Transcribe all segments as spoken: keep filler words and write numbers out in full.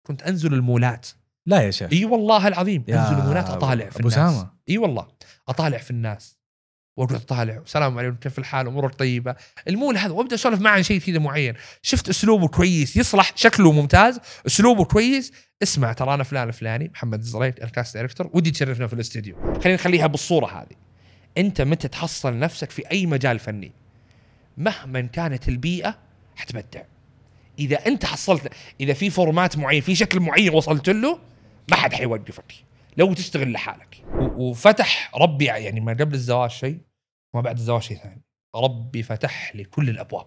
كنت انزل المولات. لا يا شيخ اي والله العظيم انزل المولات اطالع في الناس. أسامة. اي والله اطالع في الناس واقعد اطالع السلام عليكم كيف الحال امورك طيبه المول هذا وابدا اسولف معه عن شيء كذا معين. شفت اسلوبه كويس يصلح شكله ممتاز اسلوبه كويس اسمع ترى انا فلان الفلاني محمد الزريت الكاست دايركتور ودي تشرفنا في الاستديو. خلينا نخليها بالصوره هذه. انت متى تحصل نفسك في اي مجال فني مهما كانت البيئه حتبدع. اذا انت حصلت اذا في فورمات معين في شكل معين وصلت له ما حد حيوقفك لو تشتغل لحالك. وفتح ربي يعني ما قبل الزواج شيء وما بعد الزواج شيء ثاني. ربي فتح لي كل الابواب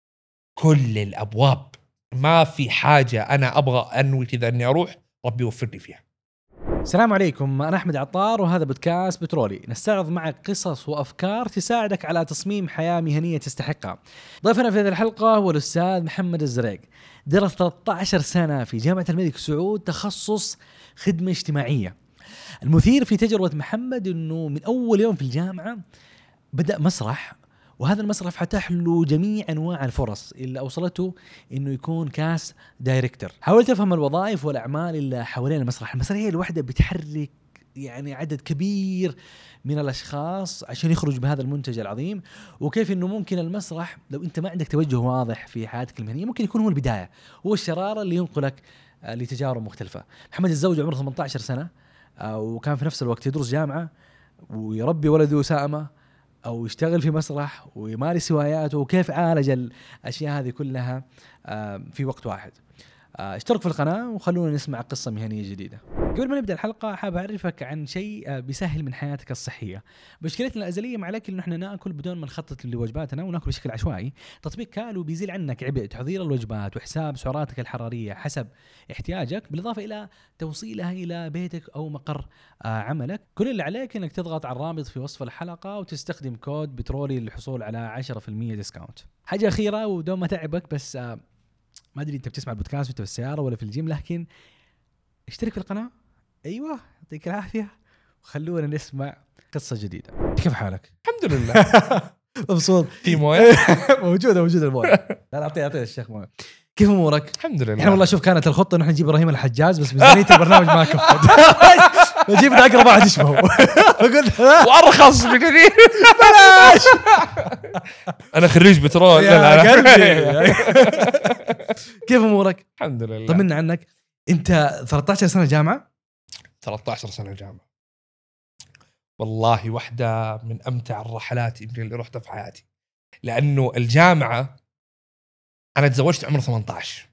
كل الابواب ما في حاجه انا ابغى انوي كذا اني اروح ربي يوفقني فيها. السلام عليكم، أنا أحمد عطار وهذا بودكاست بترولي. نستعرض معك قصص وأفكار تساعدك على تصميم حياة مهنية تستحقها. ضيفنا في هذه الحلقة هو الأستاذ محمد الزريق. درس ثلاثة عشر سنة في جامعة الملك سعود تخصص خدمة اجتماعية. المثير في تجربة محمد أنه من أول يوم في الجامعة بدأ مسرح، وهذا المسرح فتح له جميع أنواع الفرص اللي أوصلته إنه يكون كاست دايركتور. حاولت أفهم الوظائف والأعمال اللي حوالين المسرح. المسرحية الواحدة بتحرك يعني عدد كبير من الأشخاص عشان يخرج بهذا المنتج العظيم، وكيف إنه ممكن المسرح لو أنت ما عندك توجه واضح في حياتك المهنية ممكن يكون هو البداية، هو الشرارة اللي ينقلك لتجارب مختلفة. محمد الزوج عمره ثمانية عشر سنة وكان في نفس الوقت يدرس جامعة ويربي ولده أسامة أو يشتغل في مسرح ويمارس هواياته، وكيف عالج الأشياء هذه كلها في وقت واحد. اشترك في القناة وخلونا نسمع قصة مهنية جديدة. قبل ما نبدأ الحلقة حاب أعرفك عن شيء بيسهل من حياتك الصحية. مشكلتنا الأزلية مع الأكل إنه إحنا نأكل بدون ما نخطط لوجباتنا ونأكل بشكل عشوائي. تطبيق كالو بيزيل عنك عبء تحضير الوجبات وحساب سعراتك الحرارية حسب احتياجك، بالإضافة إلى توصيلها إلى بيتك أو مقر عملك. كل اللي عليك إنك تضغط على الرابط في وصف الحلقة وتستخدم كود بترولي للحصول على عشرة بالمئة ديسكاونت. حاجة أخيرة ودون ما تعبك، بس ما أدري أنت بتسمع البودكاست وأنت في السيارة ولا في الجيم، لكن اشترك في القناة. أيوة يعطيك العافية، وخلونا نسمع قصة جديدة. كيف حالك؟ الحمد لله مبسوط. في مويه موجودة موجودة المويه. لا أعطيه أعطيه الشيخ مويه. كيف أمورك؟ الحمد لله. إحنا والله شوف كانت الخطة إنه إحنا نجيب إبراهيم الحجاج بس ميزانية البرنامج ما كفت. نجيب أقرب واحد يشبهه. فقلت وأرخص بكثير بلاش. أنا خريج بترول. لا لا كيف أمورك؟ الحمد لله. طمنا عنك. أنت ثلاثة عشر سنة جامعة؟ ثلاثة عشر سنة جامعة والله واحدة من أمتع الرحلات يمكن اللي رحتها في حياتي، لأنه الجامعة أنا تزوجت عمر ثمانية عشر.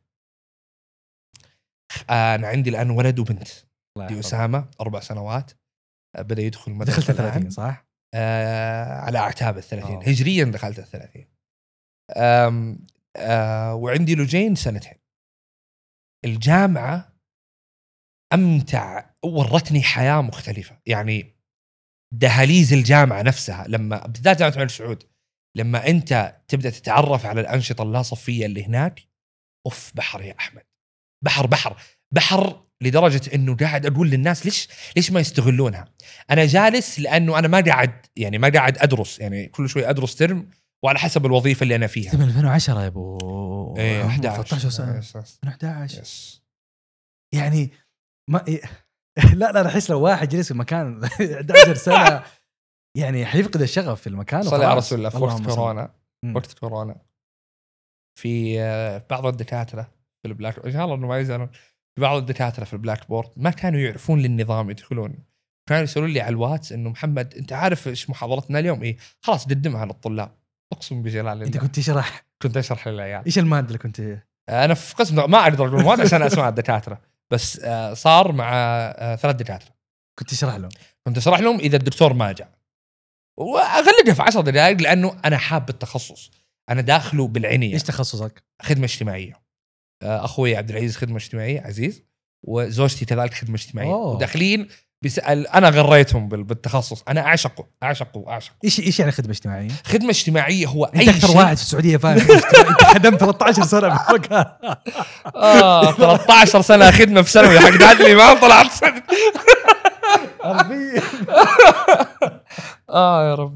أنا عندي الآن ولد وبنت. دي أسامة أربع سنوات بدأ يدخل مدرسة. دخلت الثلاثين صح؟ آه على أعتاب الثلاثين. أوه. هجريا دخلت الثلاثين. آم آه وعندي لجين سنتين. الجامعة أمتع، ورتني حياة مختلفة. يعني دهاليز الجامعة نفسها لما بالذات جامعة الملك سعود لما أنت تبدأ تتعرف على الأنشطة اللا صفية اللي هناك، أوف بحر يا أحمد، بحر بحر بحر لدرجة إنه قاعد أقول للناس ليش ليش ما يستغلونها. أنا جالس لأنه أنا ما قاعد يعني ما قاعد أدرس، يعني كل شوي أدرس ترم وعلى حسب الوظيفة اللي أنا فيها. من ألفين وعشرة يا أبو. إيه أحد عشر ثلاثة عشر سنة. ألفين وأحد عشر يس. يعني ما إيه. لا لا أحس لو واحد جلس في مكان أحد عشر سنة يعني حيفقد الشغف في المكان. صلي على رسول الله. في وقت كورونا وقت كورونا في بعض الدكاترة في البلاك، إن شاء الله إنه ما يزالون، في بعض الدكاترة في البلاك بورد ما كانوا يعرفون للنظام يدخلون، كانوا يسألون لي على الواتس إنه محمد أنت عارف إيش محاضرتنا اليوم؟ إيه خلاص قدمها للطلاب. أقسم بجلال الله أنت كنت تشرح؟ كنت أشرح للعيال. إيش المادة اللي كنت؟ أنا في قسم ما أقدر أقول مواد عشان أسمع الدكاترة، بس صار مع ثلاث دكاترة كنت تشرح لهم. كنت أشرح لهم إذا الدكتور ما جاء، وأغلقها في عشر دقائق لأنه أنا حاب التخصص، أنا داخله بالعنية. إيش تخصصك؟ خدمة اجتماعية. أخوي عبد العزيز خدمة اجتماعية عزيز، وزوجتي كذلك خدمة اجتماعية. أوه. وداخلين بيسأل أنا غريتهم بالتخصص. أنا أعشقه أعشقه أعشقه. إيش إيش يعني خدمة اجتماعية؟ خدمة اجتماعية هو أي أكثر شيء. واحد في السعودية فاهم. أنت خدمت ثلاثة عشر سنة في مكان. آه ثلاثة عشر سنة خدمة في ثانوي حق عدلي ما طلعت صدق. ربي. آه يا ربي.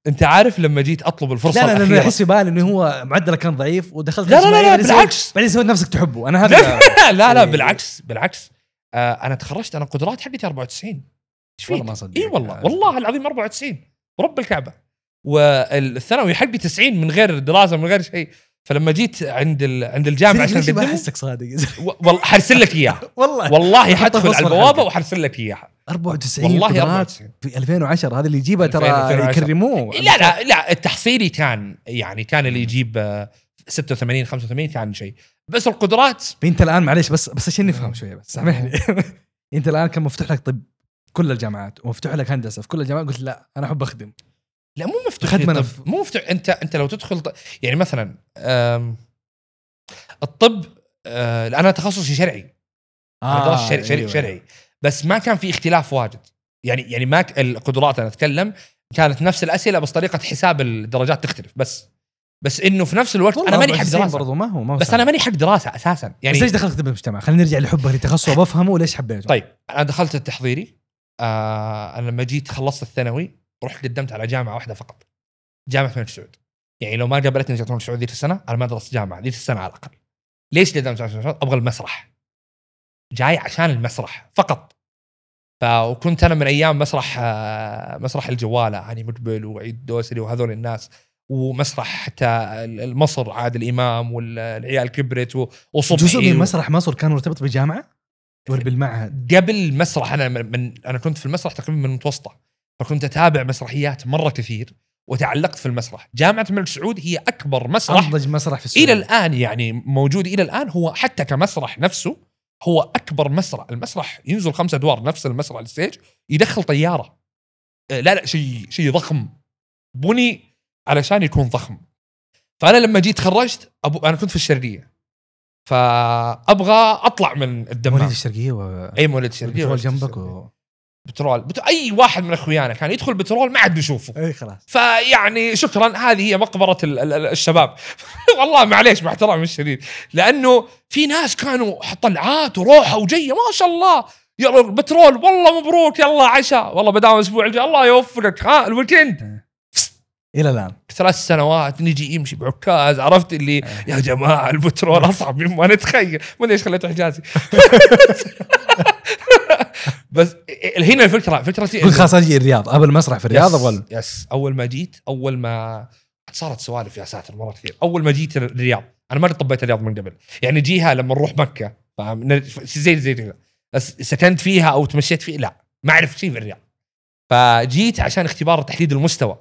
انت عارف لما جيت اطلب الفرصه لا لا الأخيرة لا احس بالي انه هو معدله كان ضعيف ودخلت لا لا لا, لا بعدين سويت- بالعكس بعدين سويت نفسك تحبه انا هذا لا لا, لا إيه. بالعكس بالعكس آه انا تخرجت انا قدرات حقتي أربعة وتسعين. ايش والله فيك؟ ما صدق اي والله والله العظيم أربعة وتسعين ورب الكعبه. والثانوي حقي تسعين من غير دراسه من غير شيء. فلما جيت عند ال... عند الجامعه عشان ليش ما اقدمه احسك صادق و- والله حرسل لك اياها والله والله حطها حدخل في على وصف البوابه الحلقة. وحرسل لك اياها أربعة وتسعين والله قدرات أربعة وتسعين. في ألفين وعشرة هذا اللي يجيبه ترى ألفين وعشرة. يكرموه. لا لا لا التحصيلي كان يعني كان اللي يجيب آه، ستة وثمانين خمسة وثمانين كان شيء. بس القدرات انت الان معليش بس بس عشان نفهم شويه بس سامحني انت الان كان مفتوح لك طب كل الجامعات ومفتوح لك هندسه في كل الجامعات قلت لا انا احب اخدم لا مو مفتوح خدمة لي نف- طب مو مفتوح. انت انت لو تدخل ط... يعني مثلا آم، الطب آه، انا تخصصي شرعي انا درست شرعي شرعي, أيوة. شرعي بس ما كان في اختلاف واجد. يعني يعني ما ك- القدرات انا اتكلم كانت نفس الاسئله بس طريقه حساب الدرجات تختلف بس بس انه في نفس الوقت انا ماني حق دراسه برضو ما هو ما هو بس سهل. انا ماني حق دراسه اساسا يعني يعني. بس ليش دخلت طب المجتمع خلينا نرجع لحبك للتخصص وبفهمه وليش حبيته. طيب انا دخلت التحضيري آه انا لما جيت خلصت الثانوي رحت قدمت على جامعه واحده فقط جامعه الملك سعود. يعني لو ما قابلتني جامعه الملك سعود ذيك السنه انا ما درست جامعه ذيك السنه على الاقل. ليش قدمت على جامعه ابغى المسرح جاي عشان المسرح فقط. فكنت انا من ايام مسرح آه مسرح الجواله هاني مقبل وعيد الدوسري وهذول الناس ومسرح حتى المصر عادل امام والعيال كبرت وصبحي. جزء من مسرح مصر كان مرتبط بجامعه ولا بالمعهد؟ قبل المسرح انا من, من انا كنت في المسرح تقريبا من المتوسطه فكنت اتابع مسرحيات مره كثير وتعلقت في المسرح. جامعه الملك سعود هي اكبر مسرح انضج مسرح في السعوديه الى الان يعني موجود الى الان. هو حتى كمسرح نفسه هو اكبر مسرح. المسرح ينزل خمسة ادوار نفس المسرح الستيج يدخل طياره. لا لا شيء شيء ضخم بني علشان يكون ضخم. فانا لما جيت خرجت أبو انا كنت في الشرقيه فابغى اطلع من الدمام. مواليد الشرقيه و... اي مواليد الشرقيه بترول جنبك و... بترول بت... اي واحد من اخويانا كان يدخل بترول ما عاد نشوفه. اي خلاص فيعني شكرا هذه هي مقبره ال... ال... الشباب. والله معليش مع احترامي الشديد لانه في ناس كانوا طلعات وروحه وجيه ما شاء الله يلا بترول والله مبروك يلا عشاء والله بداوم الاسبوع الجاي الله يوفقك ها الويكند. الى الان ثلاث سنوات نجي يمشي بعكاز عرفت اللي يا جماعه البترول اصعب مما نتخيل. ما ادري ايش خليته حجازي. بس هنا الفكره فكرتي قلت خلاص اجي الرياض قبل مسرح في الرياض يس, ولا يس اول ما جيت اول ما صارت سوالف يا ساتر مره كثير. اول ما جيت الرياض انا ما طبيت الرياض من قبل يعني جيها لما نروح مكه فاهم زي زي كذا بس سكنت فيها او تمشيت فيها لا ما اعرف شيء في الرياض. فجيت عشان اختبار تحديد المستوى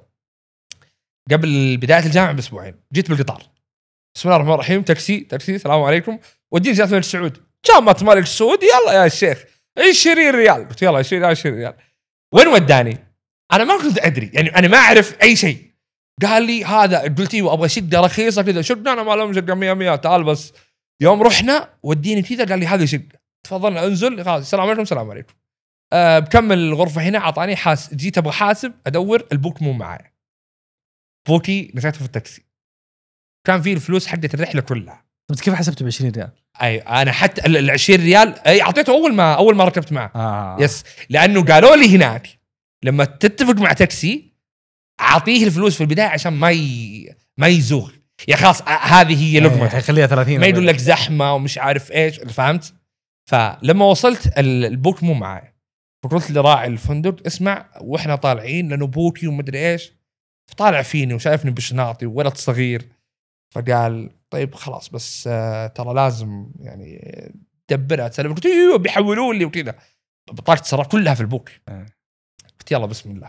قبل بدايه الجامعه باسبوعين. جيت بالقطار بسم الله الرحمن الرحيم تاكسي تاكسي السلام عليكم وديني جامعه الملك سعود جامعه الملك سعود يلا يا شيخ عشرين ريال. قلت يلا عشرين عشرين ريال. وين وداني انا ما كنت ادري يعني انا ما اعرف اي شيء. قال لي هذا قلت له ابغى شقه رخيصه كذا شقه انا ما لهم شقه مية مية تعال بس. يوم رحنا وديني كذا قال لي هذه شقه تفضل انزل خلاص السلام عليكم السلام عليكم. أه بكمل الغرفه هنا اعطاني حاس جيت ابغى حاسب ادور البوك مو معايا بوكي نسيته في التاكسي كان فيه الفلوس حقت الرحله كلها. طب كيف حسبت ب عشرين ريال؟ اي انا حتى ال عشرين ريال اي اعطيته اول ما اول ما ركبت معه. آه. يس لانه قالوا لي هناك لما تتفق مع تاكسي اعطيه الفلوس في البدايه عشان ما ي... ما يزوغ يا خلاص هذه هي لقمه حيخليها ثلاثين ما يقول لك زحمه ومش عارف ايش فهمت. فلما وصلت البوك مو معايا فقلت لراعي الفندق اسمع واحنا طالعين لانه بوكي ومدري ايش فطالع فيني وشايفني بشناطي وولد صغير فقال طيب خلاص بس آه ترى لازم يعني دبرها تسلم. قلت ايوه بيحولوا لي وكذا بطاقة الصراف كلها في البوك. قلت يلا بسم الله.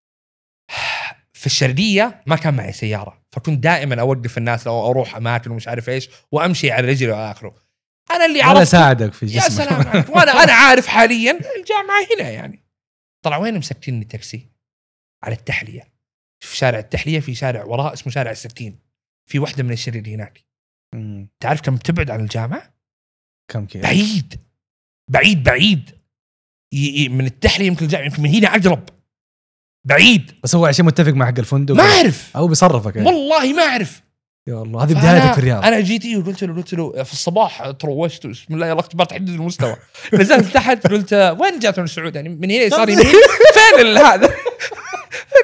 في الشرقية ما كان معي سيارة فكنت دائما اوقف الناس لو اروح اماكن ومش عارف ايش وامشي على رجلي واخره. انا اللي عرفت اساعدك في جسمك يا سلام عليك. وانا انا عارف حاليا الجامعة هنا يعني. طلع وين مسكتني التاكسي على التحلية في شارع التحلية في شارع وراء اسمه شارع الستين في واحدة من الشرير هناك. مم. تعرف كم تبعد عن الجامعة؟ كم كيلو؟ بعيد بعيد بعيد ي- من التحلية يمكن الجامعة يمكن من هنا أقرب بعيد. بس هو عشان متفق مع حق الفندق ما أعرف أو بيصرفك يعني. والله ما أعرف. يا الله هذه بدايتك في الرياض. أنا جيت إيه وقلت له قلت له في الصباح تروشت بسم الله يلا اختبار تحديد المستوى. نزلت تحت قلت وين جات من السعود يعني من هنا يسار يمين فين هذا؟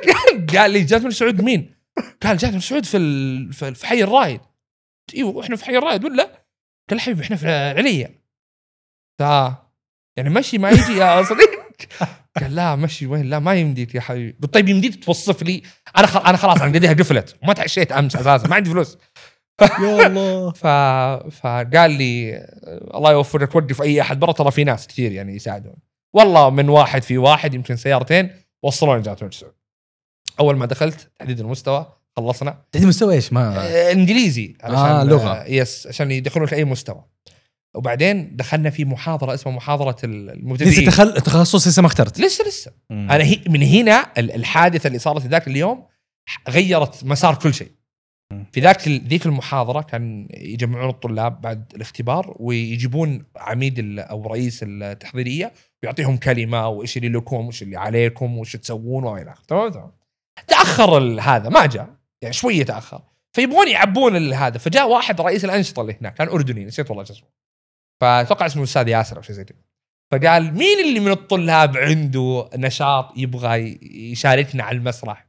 قال لي جات من السعود مين؟ قال جات من السعود في ال... في حي الرايد. ايوه احنا في حي الرايد ولا؟ قال حبيبي احنا في العليا. تا يعني مشي ما يجي يا صديق. قال لا مشي وين؟ لا ما يمديك يا حبيبي. قلت طيب يمديك توصف لي؟ انا خ... انا خلاص عن قديها قفلت وما تعشيت امس اساسا ما عندي فلوس. يا الله. ف... فقال لي الله يوفقك ودي اي احد برا ترى في ناس كثير يعني يساعدون. والله من واحد في واحد يمكن سيارتين وصلوني جات من السعود. اول ما دخلت تحديد المستوى خلصنا. تحديد المستوى ايش؟ ما آه انجليزي علشان آه لغة. آه يس عشان يدخلونك اي مستوى. وبعدين دخلنا في محاضره اسمها محاضره المبتدئين. لسه تخل... تخصص لسه ما اخترت؟ لسه لسه مم. انا هي من هنا الحادثه اللي صارت ذاك اليوم غيرت مسار كل شيء. في ذاك ذيك المحاضره كان يجمعون الطلاب بعد الاختبار ويجيبون عميد او رئيس التحضيريه ويعطيهم كلمه وايش اللي لكم وايش اللي عليكم وايش تسوون والى اخره. تمام تمام. تاخر هذا ما جاء يعني شويه تاخر فيبغون يعبون هذا. فجاء واحد رئيس الانشطه اللي هناك كان اردني نسيت والله اسمه فاتوقع اسمه الاستاذ ياسر او شيء زي كذا. فقال مين اللي من الطلاب عنده نشاط يبغى يشاركنا على المسرح؟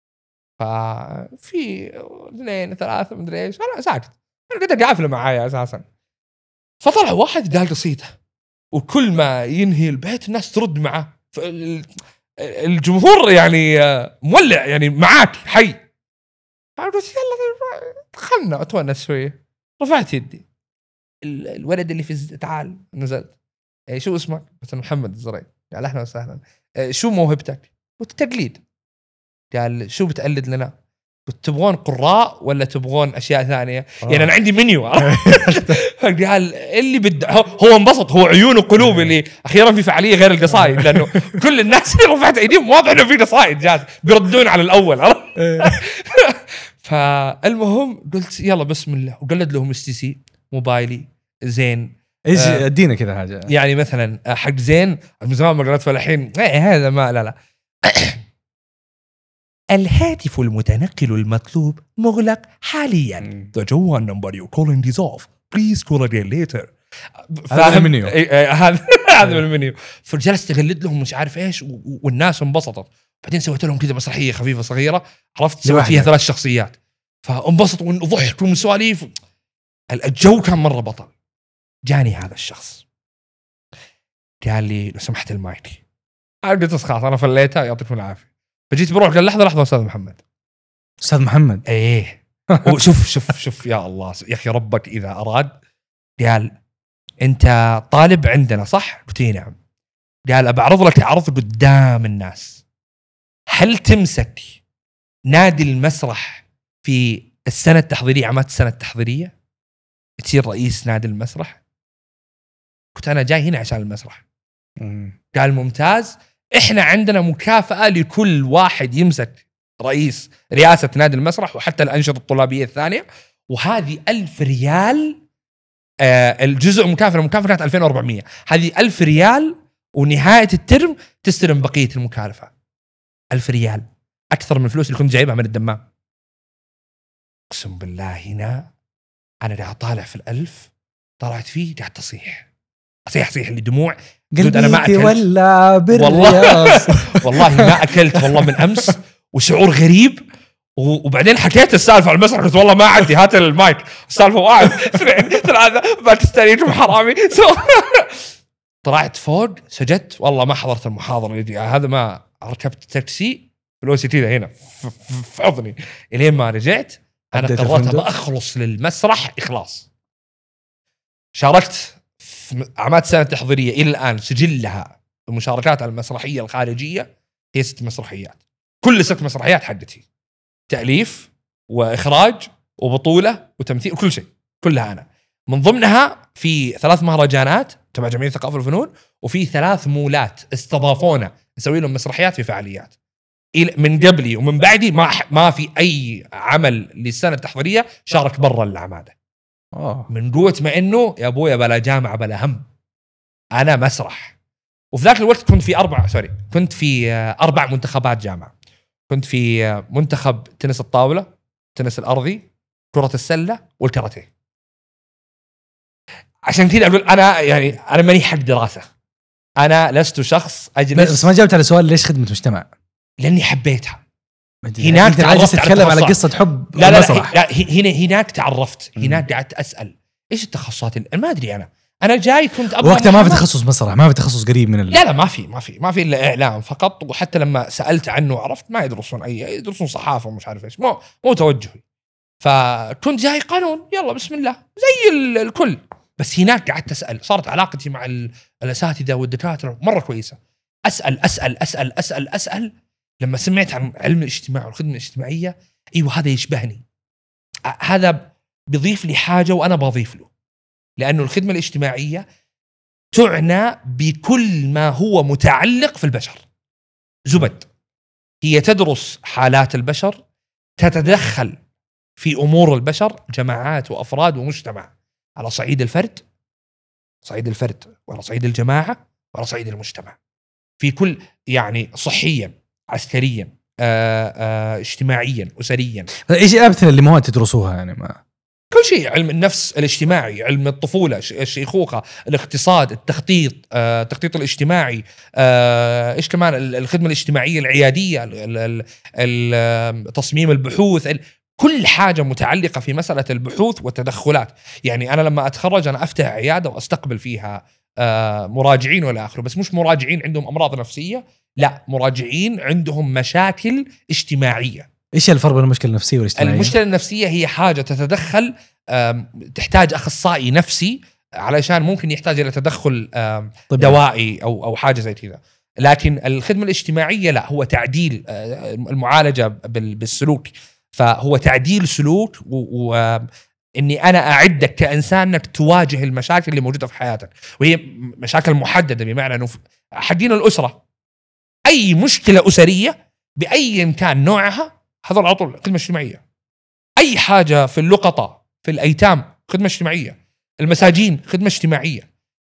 ففي اثنين ثلاثة مدري ايش. انا ساكت انا قاعد قافله معايا اساسا. فطلع واحد قال قصيده وكل ما ينهي البيت الناس ترد معه. الجمهور يعني مولع يعني معاك حي. قلت يلا دخلنا اتونس شويه. رفعت يدي الولد اللي في تعال نزلت. إيه شو اسمك؟ قلت محمد الزريق. قال اهلا وسهلا. إيه شو موهبتك؟ قلت تقليد. قال شو بتقلد لنا؟ قلت تبغون قراء ولا تبغون اشياء ثانيه؟ آه. يعني انا عندي منيو. قال اللي بد هو انبسط هو عيون وقلوب اللي اخيرا في فعاليه غير القصائد لانه كل الناس اللي رفعت ايديهم واضح انه في قصائد جاهز بيردون على الاول. فالمهم قلت يلا بسم الله وقلد لهم اس تي سي موبايلي زين. ايش ادينا كذا حاجه يعني مثلا حق زين من زمان ما قرأت فالحين هذا ما لا لا. الهاتف المتنقل المطلوب مغلق حاليا. The Joan number you're calling is off. Please call again later. هذا المنيو. هذا هذا المنيو. فجلست اقلد لهم مش عارف ايش والناس انبسطت. بعدين سويت لهم كذا مسرحيه خفيفه صغيره عرفت سويت فيها ثلاث شخصيات فانبسطوا وضحكوا وسواليف. الجو كان مره بطل. جاني هذا الشخص قال لي لو سمحت المايك. قلت خلاص انا فليتها يعطيكم العافيه. فجيت بروح قال لحظه لحظه استاذ محمد. استاذ محمد ايه وشوف شوف شوف يا الله يا اخي ربك اذا اراد. قال انت طالب عندنا صح؟ قلت نعم. قال بعرض لك عرض قدام الناس. هل تمسك نادي المسرح في السنه التحضيريه عملت السنه التحضيريه تصير رئيس نادي المسرح؟ قلت انا جاي هنا عشان المسرح. مم. قال ممتاز. احنا عندنا مكافأة لكل واحد يمسك رئيس رئاسة نادي المسرح وحتى الأنشطة الطلابية الثانية وهذه ألف ريال. آه الجزء مكافأة المكافأة كانت ألفين وأربعمية. هذه ألف ريال ونهاية الترم تستلم بقية المكافأة. ألف ريال أكثر من الفلوس اللي كنت جايبها من الدمام. أقسم بالله هنا أنا قاعد أطالع في الألف طلعت فيه قاعد تصيح أصيح صيح اللي دموع. قلبي أنا ما أكلت ولا والله والله ما أكلت والله من أمس وشعور غريب. وبعدين حكيت السالفة على المسرح قلت والله ما عندي هات المايك السالفة وقعد اثنين ثلاثة باكستانيين حرامي. طلعت فوق سجدت والله ما حضرت المحاضرة دي. هذا ما ركبت تاكسي فلوسي كذا هنا في حضني إلين ما رجعت. أنا قررت أخلص للمسرح إخلاص. شاركت في أعمال السنة التحضيرية إلى الآن سجلها المشاركات على المسرحية الخارجية هي ست مسرحيات. كل ست مسرحيات حقتي تأليف وإخراج وبطولة وتمثيل وكل شيء كلها أنا. من ضمنها في ثلاث مهرجانات تبع جمعية الثقافة والفنون وفي ثلاث مولات استضافونا نسوي لهم مسرحيات في فعاليات. من قبلي ومن بعدي ما ما في أي عمل للسنة التحضيرية شارك برا العمادة. أوه. من قوة ما إنه يا أبويا بلا جامعة بلا هم أنا مسرح. وفي ذاك الوقت كنت في أربع سوري كنت في أربع منتخبات جامعة. كنت في منتخب تنس الطاولة تنس الأرضي كرة السلة والكاراتيه. عشان كذا أقول أنا يعني أنا ماني حق دراسة. أنا لست شخص أجلس. بس ما جاوبت على سؤال ليش خدمة مجتمع. لأني حبيتها. هناك تعرفت تتكلم على قصة حب لا لا, لا, لا هنا هناك تعرفت هناك قعدت أسأل إيش التخصصات. ما أدري أنا أنا جاي كنت أبغى وقتها ما في تخصص مسرح، ما في تخصص قريب من ال... لا لا ما في ما في ما في إلا إعلام فقط. وحتى لما سألت عنه عرفت ما يدرسون أي يدرسون صحافة ومش عارف إيش، مو مو توجهي. فكنت جاي قانون يلا بسم الله زي الكل. بس هناك قعدت أسأل، صارت علاقتي مع الأساتذة والدكاترة مرة كويسة. أسأل أسأل أسأل أسأل أسأل لما سمعت عن علم الاجتماع والخدمة الاجتماعية، أيوة هذا يشبهني، هذا بيضيف لي حاجة وأنا بضيف له. لأنه الخدمة الاجتماعية تعنى بكل ما هو متعلق في البشر. زبد، هي تدرس حالات البشر، تتدخل في أمور البشر، جماعات وأفراد ومجتمع، على صعيد الفرد، صعيد الفرد وعلى صعيد الجماعة وعلى صعيد المجتمع، في كل يعني صحيا، عسكريا، آآ آآ اجتماعيا، أسريا. إيش الأمثلة اللي مواد تدرسوها يعني؟ ما كل شيء، علم النفس الاجتماعي، علم الطفولة، الشيخوخة، الاقتصاد، التخطيط، آه، التخطيط الاجتماعي، آه، إيش كمان الخدمة الاجتماعية العيادية، ال ال تصميم البحوث، كل حاجة متعلقة في مسألة البحوث والتدخلات. يعني أنا لما أتخرج أنا أفتح عيادة وأستقبل فيها آه، مراجعين ولا آخره، بس مش مراجعين عندهم أمراض نفسية، لا، مراجعين عندهم مشاكل اجتماعية. إيش الفرق بين المشكلة النفسية والاجتماعية؟ المشكلة النفسية هي حاجة تتدخل، تحتاج أخصائي نفسي علشان ممكن يحتاج إلى تدخل دوائي أو أو حاجة زي كذا. لكن الخدمة الاجتماعية لا، هو تعديل المعالجة بالسلوك، فهو تعديل سلوك وإني أنا أعدك كإنسان أنك تواجه المشاكل اللي موجودة في حياتك، وهي مشاكل محددة، بمعنى أنه حقين الأسرة أي مشكلة أسرية بأي كان نوعها هذول عطوا خدمة اجتماعية. أي حاجة في اللقطة، في الأيتام، خدمة اجتماعية. المساجين، خدمة اجتماعية.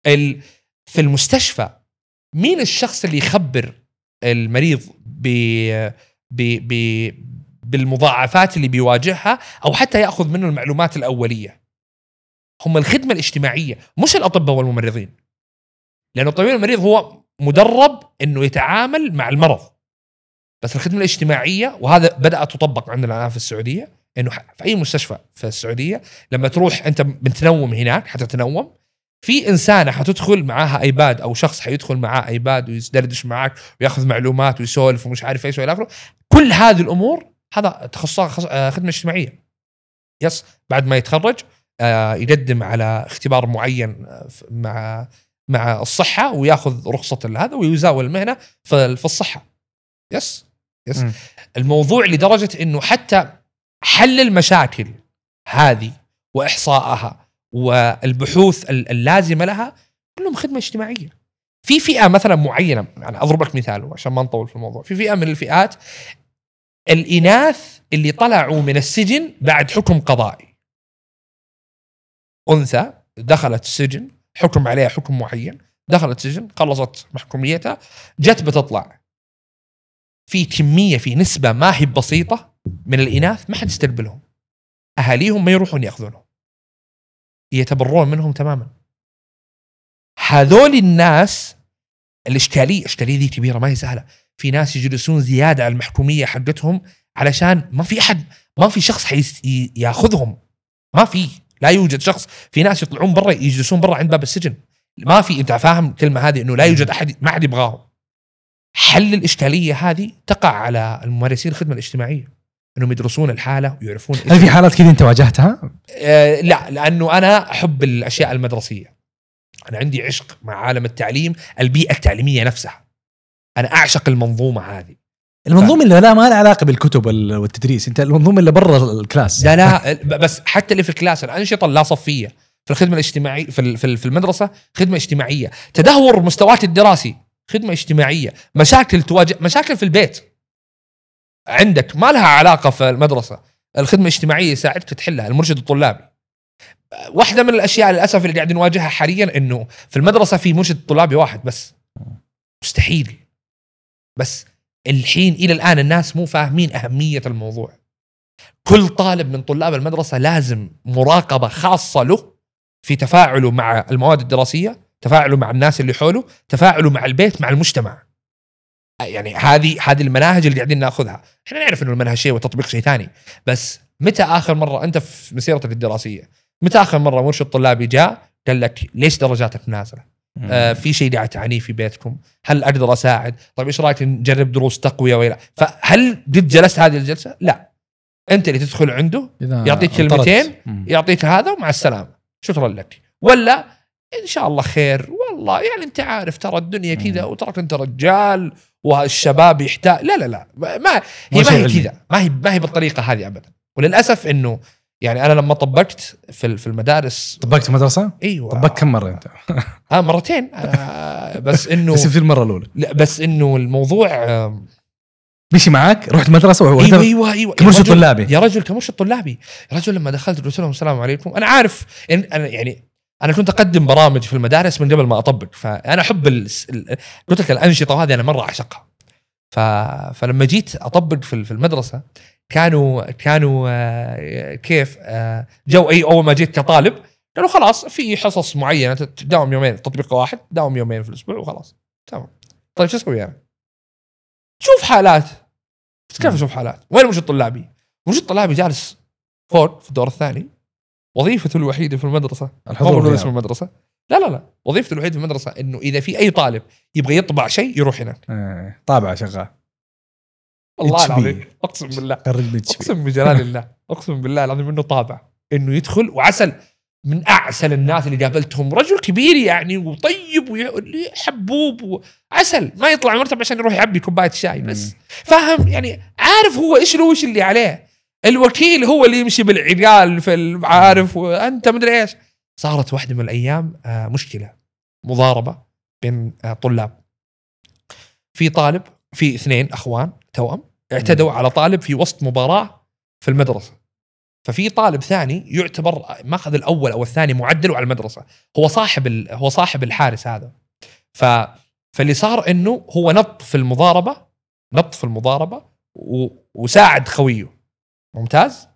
في المستشفى مين الشخص اللي يخبر المريض ب ب ب بالمضاعفات اللي بيواجهها أو حتى يأخذ منه المعلومات الأولية؟ هم الخدمة الاجتماعية، مش الأطباء والممرضين. لأنه الطبيب المريض هو مدرب إنه يتعامل مع المرض. بس الخدمة الاجتماعية، وهذا بدأت تطبق عندنا الآن في السعودية، إنه في أي مستشفى في السعودية لما تروح أنت بتنوم هناك حتى تنوم، في إنسانة حتدخل معاها ايباد أو شخص حيدخل معاه ايباد ويدردش معاك ويأخذ معلومات ويسولف ومش عارف إيش وإلى آخره. كل هذه الأمور هذا تخصصها خدمة اجتماعية. يس، بعد ما يتخرج يقدم على اختبار معين مع مع الصحة ويأخذ رخصة هذا ويزاول المهنة في الصحة. يس يس م. الموضوع لدرجة إنه حتى حل المشاكل هذه وإحصائها والبحوث اللازمة لها كلهم خدمة اجتماعية. في فئة مثلا معينة، يعني أضرب لك مثال عشان ما نطول في الموضوع، في فئة من الفئات الإناث اللي طلعوا من السجن بعد حكم قضائي. أنثى دخلت السجن، حكم عليها حكم معين، دخلت السجن، خلصت محكوميتها، جت بتطلع، في كمية، في نسبة ما هي بسيطة من الإناث ما حد يستقبلهم، أهاليهم ما يروحون يأخذونهم، يتبرون منهم تماما. هذول الناس الإشكالية، إشكالية دي كبيرة ما هي سهلة. في ناس يجلسون زيادة على المحكومية حقتهم علشان ما في أحد، ما في شخص يأخذهم، ما في، لا يوجد شخص. في ناس يطلعون برا يجلسون برا عند باب السجن، ما في، أنت فاهم الكلمة هذه، إنه لا يوجد أحد، ما حد يبغاهم. حل الإشكالية هذه تقع على الممارسين الخدمة الاجتماعية، إنهم يدرسون الحالة ويعرفون. هل في حالات كذا أنت واجهتها؟ آه لا، لأنه أنا أحب الأشياء المدرسية، أنا عندي عشق مع عالم التعليم، البيئة التعليمية نفسها، أنا أعشق المنظومة هذه. المنظومة اللي لا ما لها علاقة بالكتب والتدريس، أنت المنظومة اللي برا الكلاس. لا لا بس حتى اللي في الكلاس، الأنشطة اللا صفية في الخدمة الاجتماعية، في في المدرسة خدمة اجتماعية، تدهور مستويات الدراسي خدمة اجتماعية، مشاكل تواجه، مشاكل في البيت عندك ما لها علاقة في المدرسة، الخدمة الاجتماعية يساعدك تحلها، المرشد الطلابي. واحدة من الأشياء للأسف اللي قاعد نواجهها حاليا إنه في المدرسة في مرشد طلابي واحد بس، مستحيل. بس الحين إلى الآن الناس مو فاهمين أهمية الموضوع. كل طالب من طلاب المدرسة لازم مراقبة خاصة له في تفاعله مع المواد الدراسية، تفاعله مع الناس اللي حوله، تفاعله مع البيت، مع المجتمع. يعني هذه هذه المناهج اللي قاعدين ناخذها. احنا نعرف انه المنهج شيء والتطبيق شيء ثاني، بس متى اخر مره انت في مسيرتك الدراسيه متى اخر مره مرشد طلابي جاء قال لك ليش درجاتك نازله؟ آه في شيء قاعد تعانيه في بيتكم، هل اقدر اساعد؟ طيب ايش رايك نجرب دروس تقويه ولا؟ فهل قد جلست هذه الجلسه؟ لا، انت اللي تدخل عنده يعطيك كلمتين، يعطيك هذا ومع السلامه شكرا لك، ولا ان شاء الله خير والله يعني انت عارف ترى الدنيا كذا وترك انت رجال والشباب يحتاج. لا لا لا ما هي ما هي كذا، ما هي ما هي بالطريقه هذه ابدا. وللاسف انه يعني انا لما طبقت في في المدارس. طبقت في مدرسه؟ ايوه. طبقت كم مره انت؟ اه مرتين. آه بس انه بس في المره الاولى لا بس انه الموضوع آه مشي معك، رحت مدرسه و ايوه ايوه ايوه كمرشد طلابي. يا رجل كمرشد طلابي يا رجل لما دخلت قلت لهم السلام عليكم. انا عارف إن انا يعني انا كنت اقدم برامج في المدارس من قبل ما اطبق، فانا احب قلت لك الانشطه هذه انا مره اعشقها. ف... فلما جيت اطبق في في المدرسه كانوا كانوا آه كيف آه جو اي اول ما جيت كطالب قالوا خلاص في حصص معينه تداوم يومين، تطبيق واحد داوم يومين في الاسبوع وخلاص تمام. طيب شو اسوي يعني؟ شوف حالات. كيف اشوف حالات؟ وين مرشد طلابي؟ مرشد طلابي جالس فوق في الدور الثاني، وظيفته الوحيده في المدرسه الحضور اسم المدرسه. لا لا لا وظيفته الوحيده في المدرسه انه اذا في اي طالب يبغى يطبع شيء يروح هناك. آه. طابع شغال. والله العظيم اقسم بالله اقسم بجلال الله اقسم بالله العظيم انه طابع انه يدخل. وعسل من اعسل الناس اللي قابلتهم، رجل كبير يعني وطيب وحبوب وعسل، ما يطلع المرتبه عشان يروح يعبي كوبايه شاي بس. فاهم يعني عارف هو ايش له وش اللي عليه. الوكيل هو اللي يمشي بالعقال في العارف وانت مدري ايش. صارت واحده من الايام آه مشكله مضاربه بين آه طلاب. في طالب في اثنين اخوان توأم اعتدوا على طالب في وسط مباراه في المدرسه. ففي طالب ثاني يعتبر ماخذ الاول او الثاني معدله على المدرسه، هو صاحب ال... هو صاحب الحارس هذا. ف فاللي صار انه هو نط في المضاربه نط في المضاربه و... وساعد خويه. ممتاز.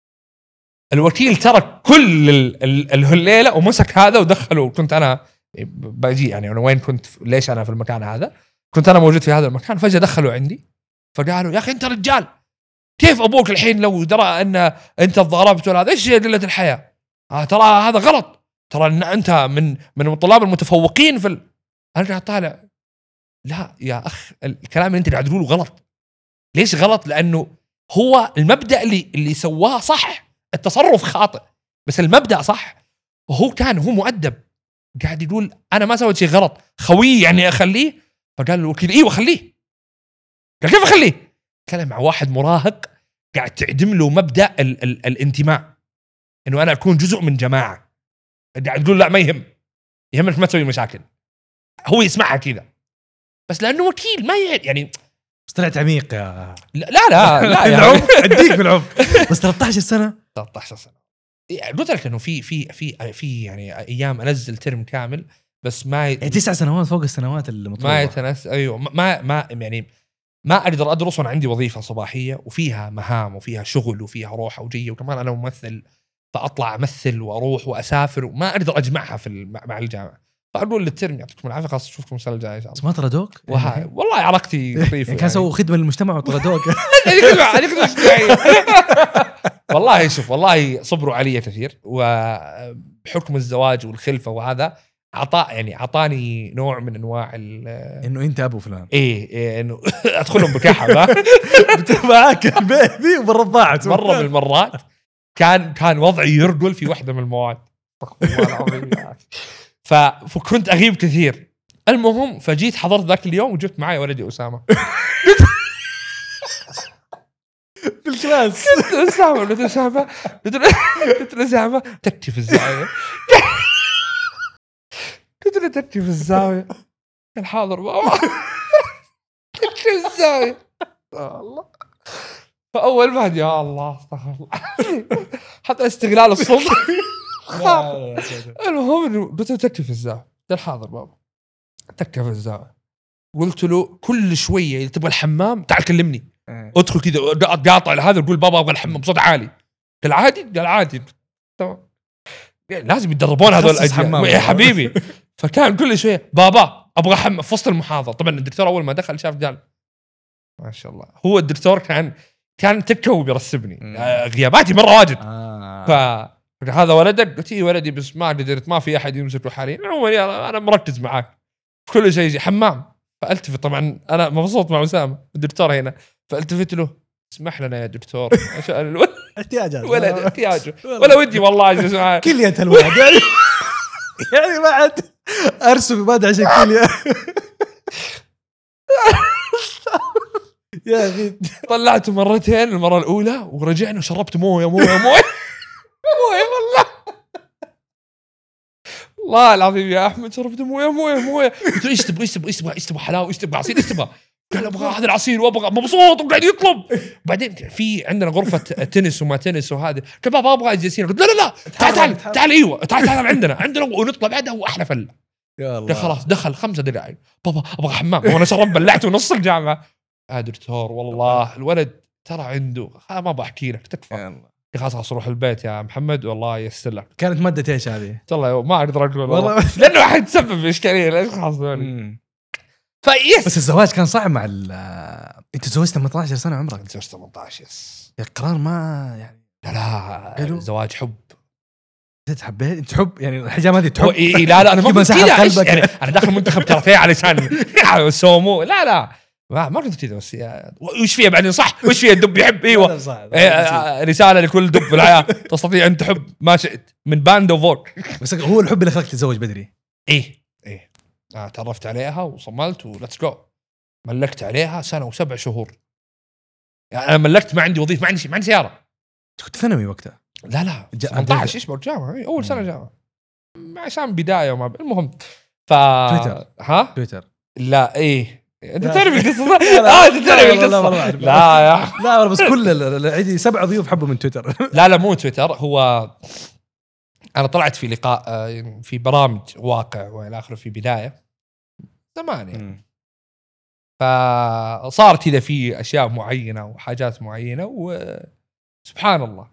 الوكيل ترك كل ال... ال... الهليله ومسك هذا ودخله. كنت انا باجي يعني انا وين كنت ليش انا في المكان هذا؟ كنت انا موجود في هذا المكان. فجاه دخلوا عندي فقالوا يا اخي انت رجال، كيف ابوك الحين لو درى ان انت ضربت ولا هذا ايش قله الحياه؟ آه ترى هذا غلط، ترى ان انت من من الطلاب المتفوقين في ال... انا قاعد طالع لا يا اخ الكلام اللي انت قاعد تقوله غلط. ليش غلط؟ لانه هو المبدا اللي اللي سواه صح، التصرف خاطئ بس المبدا صح. وهو كان هو مؤدب قاعد يقول انا ما سويت شيء غلط، خوي يعني اخليه. فقال له الوكيل ايوه خليه. قال كيف اخليه؟ كلام مع واحد مراهق قاعد تعدم له مبدا ال ال الانتماء، انه انا اكون جزء من جماعه. قاعد تقول لا ما يهم، يهمك ما تسوي مشاكل. هو يسمعها كذا بس لانه وكيل ما يعني بس طلعت عميق يا لا لا لا, لا يعني العمق اديك بالعمق. بس ثلاثة عشر سنه ثلاثة عشر سنه قلت لك انه في في في في يعني ايام انزل ترم كامل بس ما ي... يعني تسع سنوات فوق السنوات المطلوبه ما يتنس. ايوه ما ما يعني ما اقدر ادرس وانا عندي وظيفه صباحيه وفيها مهام وفيها شغل وفيها روحه وجيه، وكمان انا ممثل فاطلع امثل واروح واسافر وما اقدر اجمعها في مع الجامعه. فاقول للترم يعطيكم العافيه خلاص اشوفكم السنه الجايه ان شاء الله. ما طردوك؟ وها... والله علاقتي لطيفه يعني كان سووا خدمه للمجتمع وطردوك. والله شوف والله صبروا علي كثير، وبحكم الزواج والخلفه وهذا عطاء يعني عطاني نوع من انواع انه انت ابو فلان. ايه, إيه انه ادخلهم بكحه معاك البيبي وبالرضاعه مره من المرات كان كان وضعي يرجل في واحده من المواد. فكنت اغيب كثير. المهم فجيت حضرت ذاك اليوم وجبت معي ولدي اسامه بالكلاس. قلت اسامه قلت اسامه قلت اسامه تكتي في الزاويه. قلت له تكتي في الزاويه الحاضر بابا. تكتي في الزاويه الله. فاول ما يا الله استغفر الله حتى استغلال الصوت. المهم قلت له تكتي في الزاويه الحاضر بابا. تكتي في الزاويه. قلت له كل شويه اذا تبغى الحمام تعال كلمني. ادخل كذا قاطع هذا وقول بابا ابغى الحمام بصوت عالي. قال عادي قال عادي تمام. لازم يتدربون هذول الاجيال يا حبيبي. فكان كل شويه بابا ابغى حمام في وسط المحاضره. طبعا الدكتور اول ما دخل شاف قال ما شاء الله. هو الدكتور كان كان تكه بيرسبني آه غياباتي مره واجد آه. ف هذا ولدك؟ قلت اي ولدي بس ما قدرت ما في احد يمسكه حاليا. عموما انا مركز معاك كل شيء يجي حمام. فالتفت طبعا انا مبسوط مع اسامه الدكتور هنا فالتفت له اسمح لنا يا دكتور عشان الولد احتياجه ولد احتياجه ولا ودي والله اجلس معاه كلية الولد يعني يعني بعد ارسم بعد عشان كلية يا اخي. طلعته مرتين المره الاولى ورجعنا وشربت مويه مويه مويه مويه والله والله العظيم يا احمد شربت مويه مويه مويه. قلت له ايش تبغى ايش تبغى ايش تبغى ايش تبغى حلاوه ايش تبغى عصير ايش تبغى؟ قال ابغى هذا العصير وابغى مبسوط وقاعد يطلب. بعدين في عندنا غرفه تنس وما تنس وهذا قال بابا ابغى جالسين. قلت لا لا لا تعال تعال تعال ايوه تعال تعال عندنا عندنا ونطلع بعدها واحلى فله. يا الله قال خلاص دخل خمسة دقائق بابا ابغى حمام وانا شرب بلعته نص الجامعه. آه دكتور والله الولد ترى عنده ما بحكي لك تكفى. خلاص خلاص روح البيت يا محمد والله ييسر لك. كانت مادة ايش هذه؟ والله ما اقدر اقول والله لانه راح تسبب اشكاليه ليش خلاص فيس. بس الزواج كان صعب مع ال انت تزوجت ثمانية عشر سنه عمرك؟ تزوجت ثمانية عشر يس. القرار ما يعني لا لا الزواج حب. انت حبيت انت حب يعني الحجام هذه تحب؟ إيه لا لا انا ما كنت كذا يعني انا داخل منتخب كاراتيه علشان سومو لا لا ما ما كنت كذا بس وش فيها بعدين صح وش فيها الدب يحب ايوه إيه رساله لكل دب في الحياه تستطيع ان تحب ما شئت من باند وفوك. بس هو الحب اللي خلاك تتزوج بدري. ايه ايه آه تعرفت عليها وصملت ولتس جو. ملكت عليها سنه وسبع شهور يعني انا ملكت ما عندي وظيفه ما عندي ما عندي سياره. كنت ثانوي وقتها؟ لا لا ثمانية عشر ايش بالجامعه اول سنه جامعه عشان بدايه وما المهم ف تويتر ها تويتر لا ايه انت تعرف القصه اه انت تعرف القصه لا يا لا بس كل عندي سبع ضيوف حبوا من تويتر. لا لا مو تويتر هو انا طلعت في لقاء في برامج واقع والى اخره في بدايه زمان يعني فصارت كذا في اشياء معينه وحاجات معينه وسبحان الله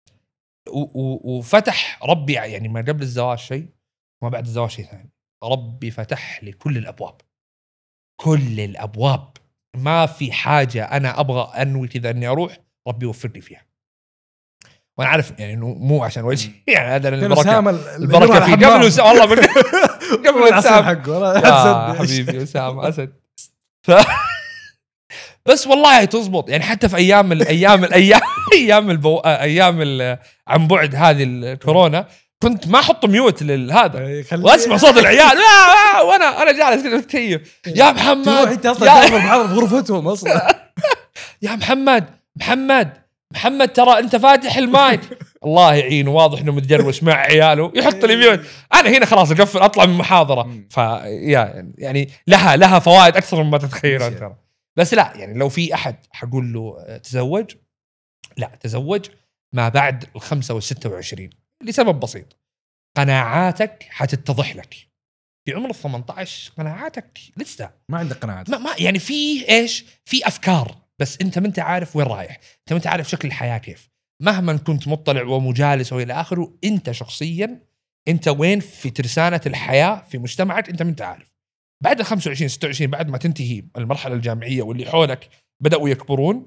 وفتح ربي يعني ما قبل الزواج شيء وما بعد الزواج شيء ثاني. ربي فتح لي كل الابواب كل الابواب ما في حاجه انا ابغى انوي كذا اني اروح ربي يوفقني فيها. وانا عارف يعني انه مو عشان وجهي يعني هذا البركه البركه في قبل وس... والله من قبل الاسام حقه يا حبيبي اسامه اسد ف... بس والله تزبط يعني حتى في ايام الايام الايام ايام البو... ايام ال... عن بعد هذه الكورونا كنت ما احط ميوت لهذا واسمع صوت العيال وانا انا جالس كذا متكيف يا محمد انت اصلا في غرفتهم اصلا يا محمد محمد محمد ترى انت فاتح المايك الله يعينه واضح انه متجروش مع عياله يحط لي ميوت. انا هنا خلاص اقفل اطلع من محاضره ف يعني لها لها فوائد اكثر مما تتخيل انت. بس لا يعني لو في احد حقول له تزوج لا تزوج ما بعد الخمسة والستة وعشرين لسبب بسيط قناعاتك حتتضح لك في عمر الثمانية عشر. قناعاتك لسه ما عندك قناعات ما, ما يعني في ايش في افكار بس انت ما انت عارف وين رايح انت ما انت عارف شكل الحياه كيف مهما كنت مطلع ومجالس والى اخره. انت شخصيا انت وين في ترسانه الحياه في مجتمعك انت ما انت عارف. بعد ال خمسة وعشرين ستة وعشرين بعد ما تنتهي المرحله الجامعيه واللي حولك بداوا يكبرون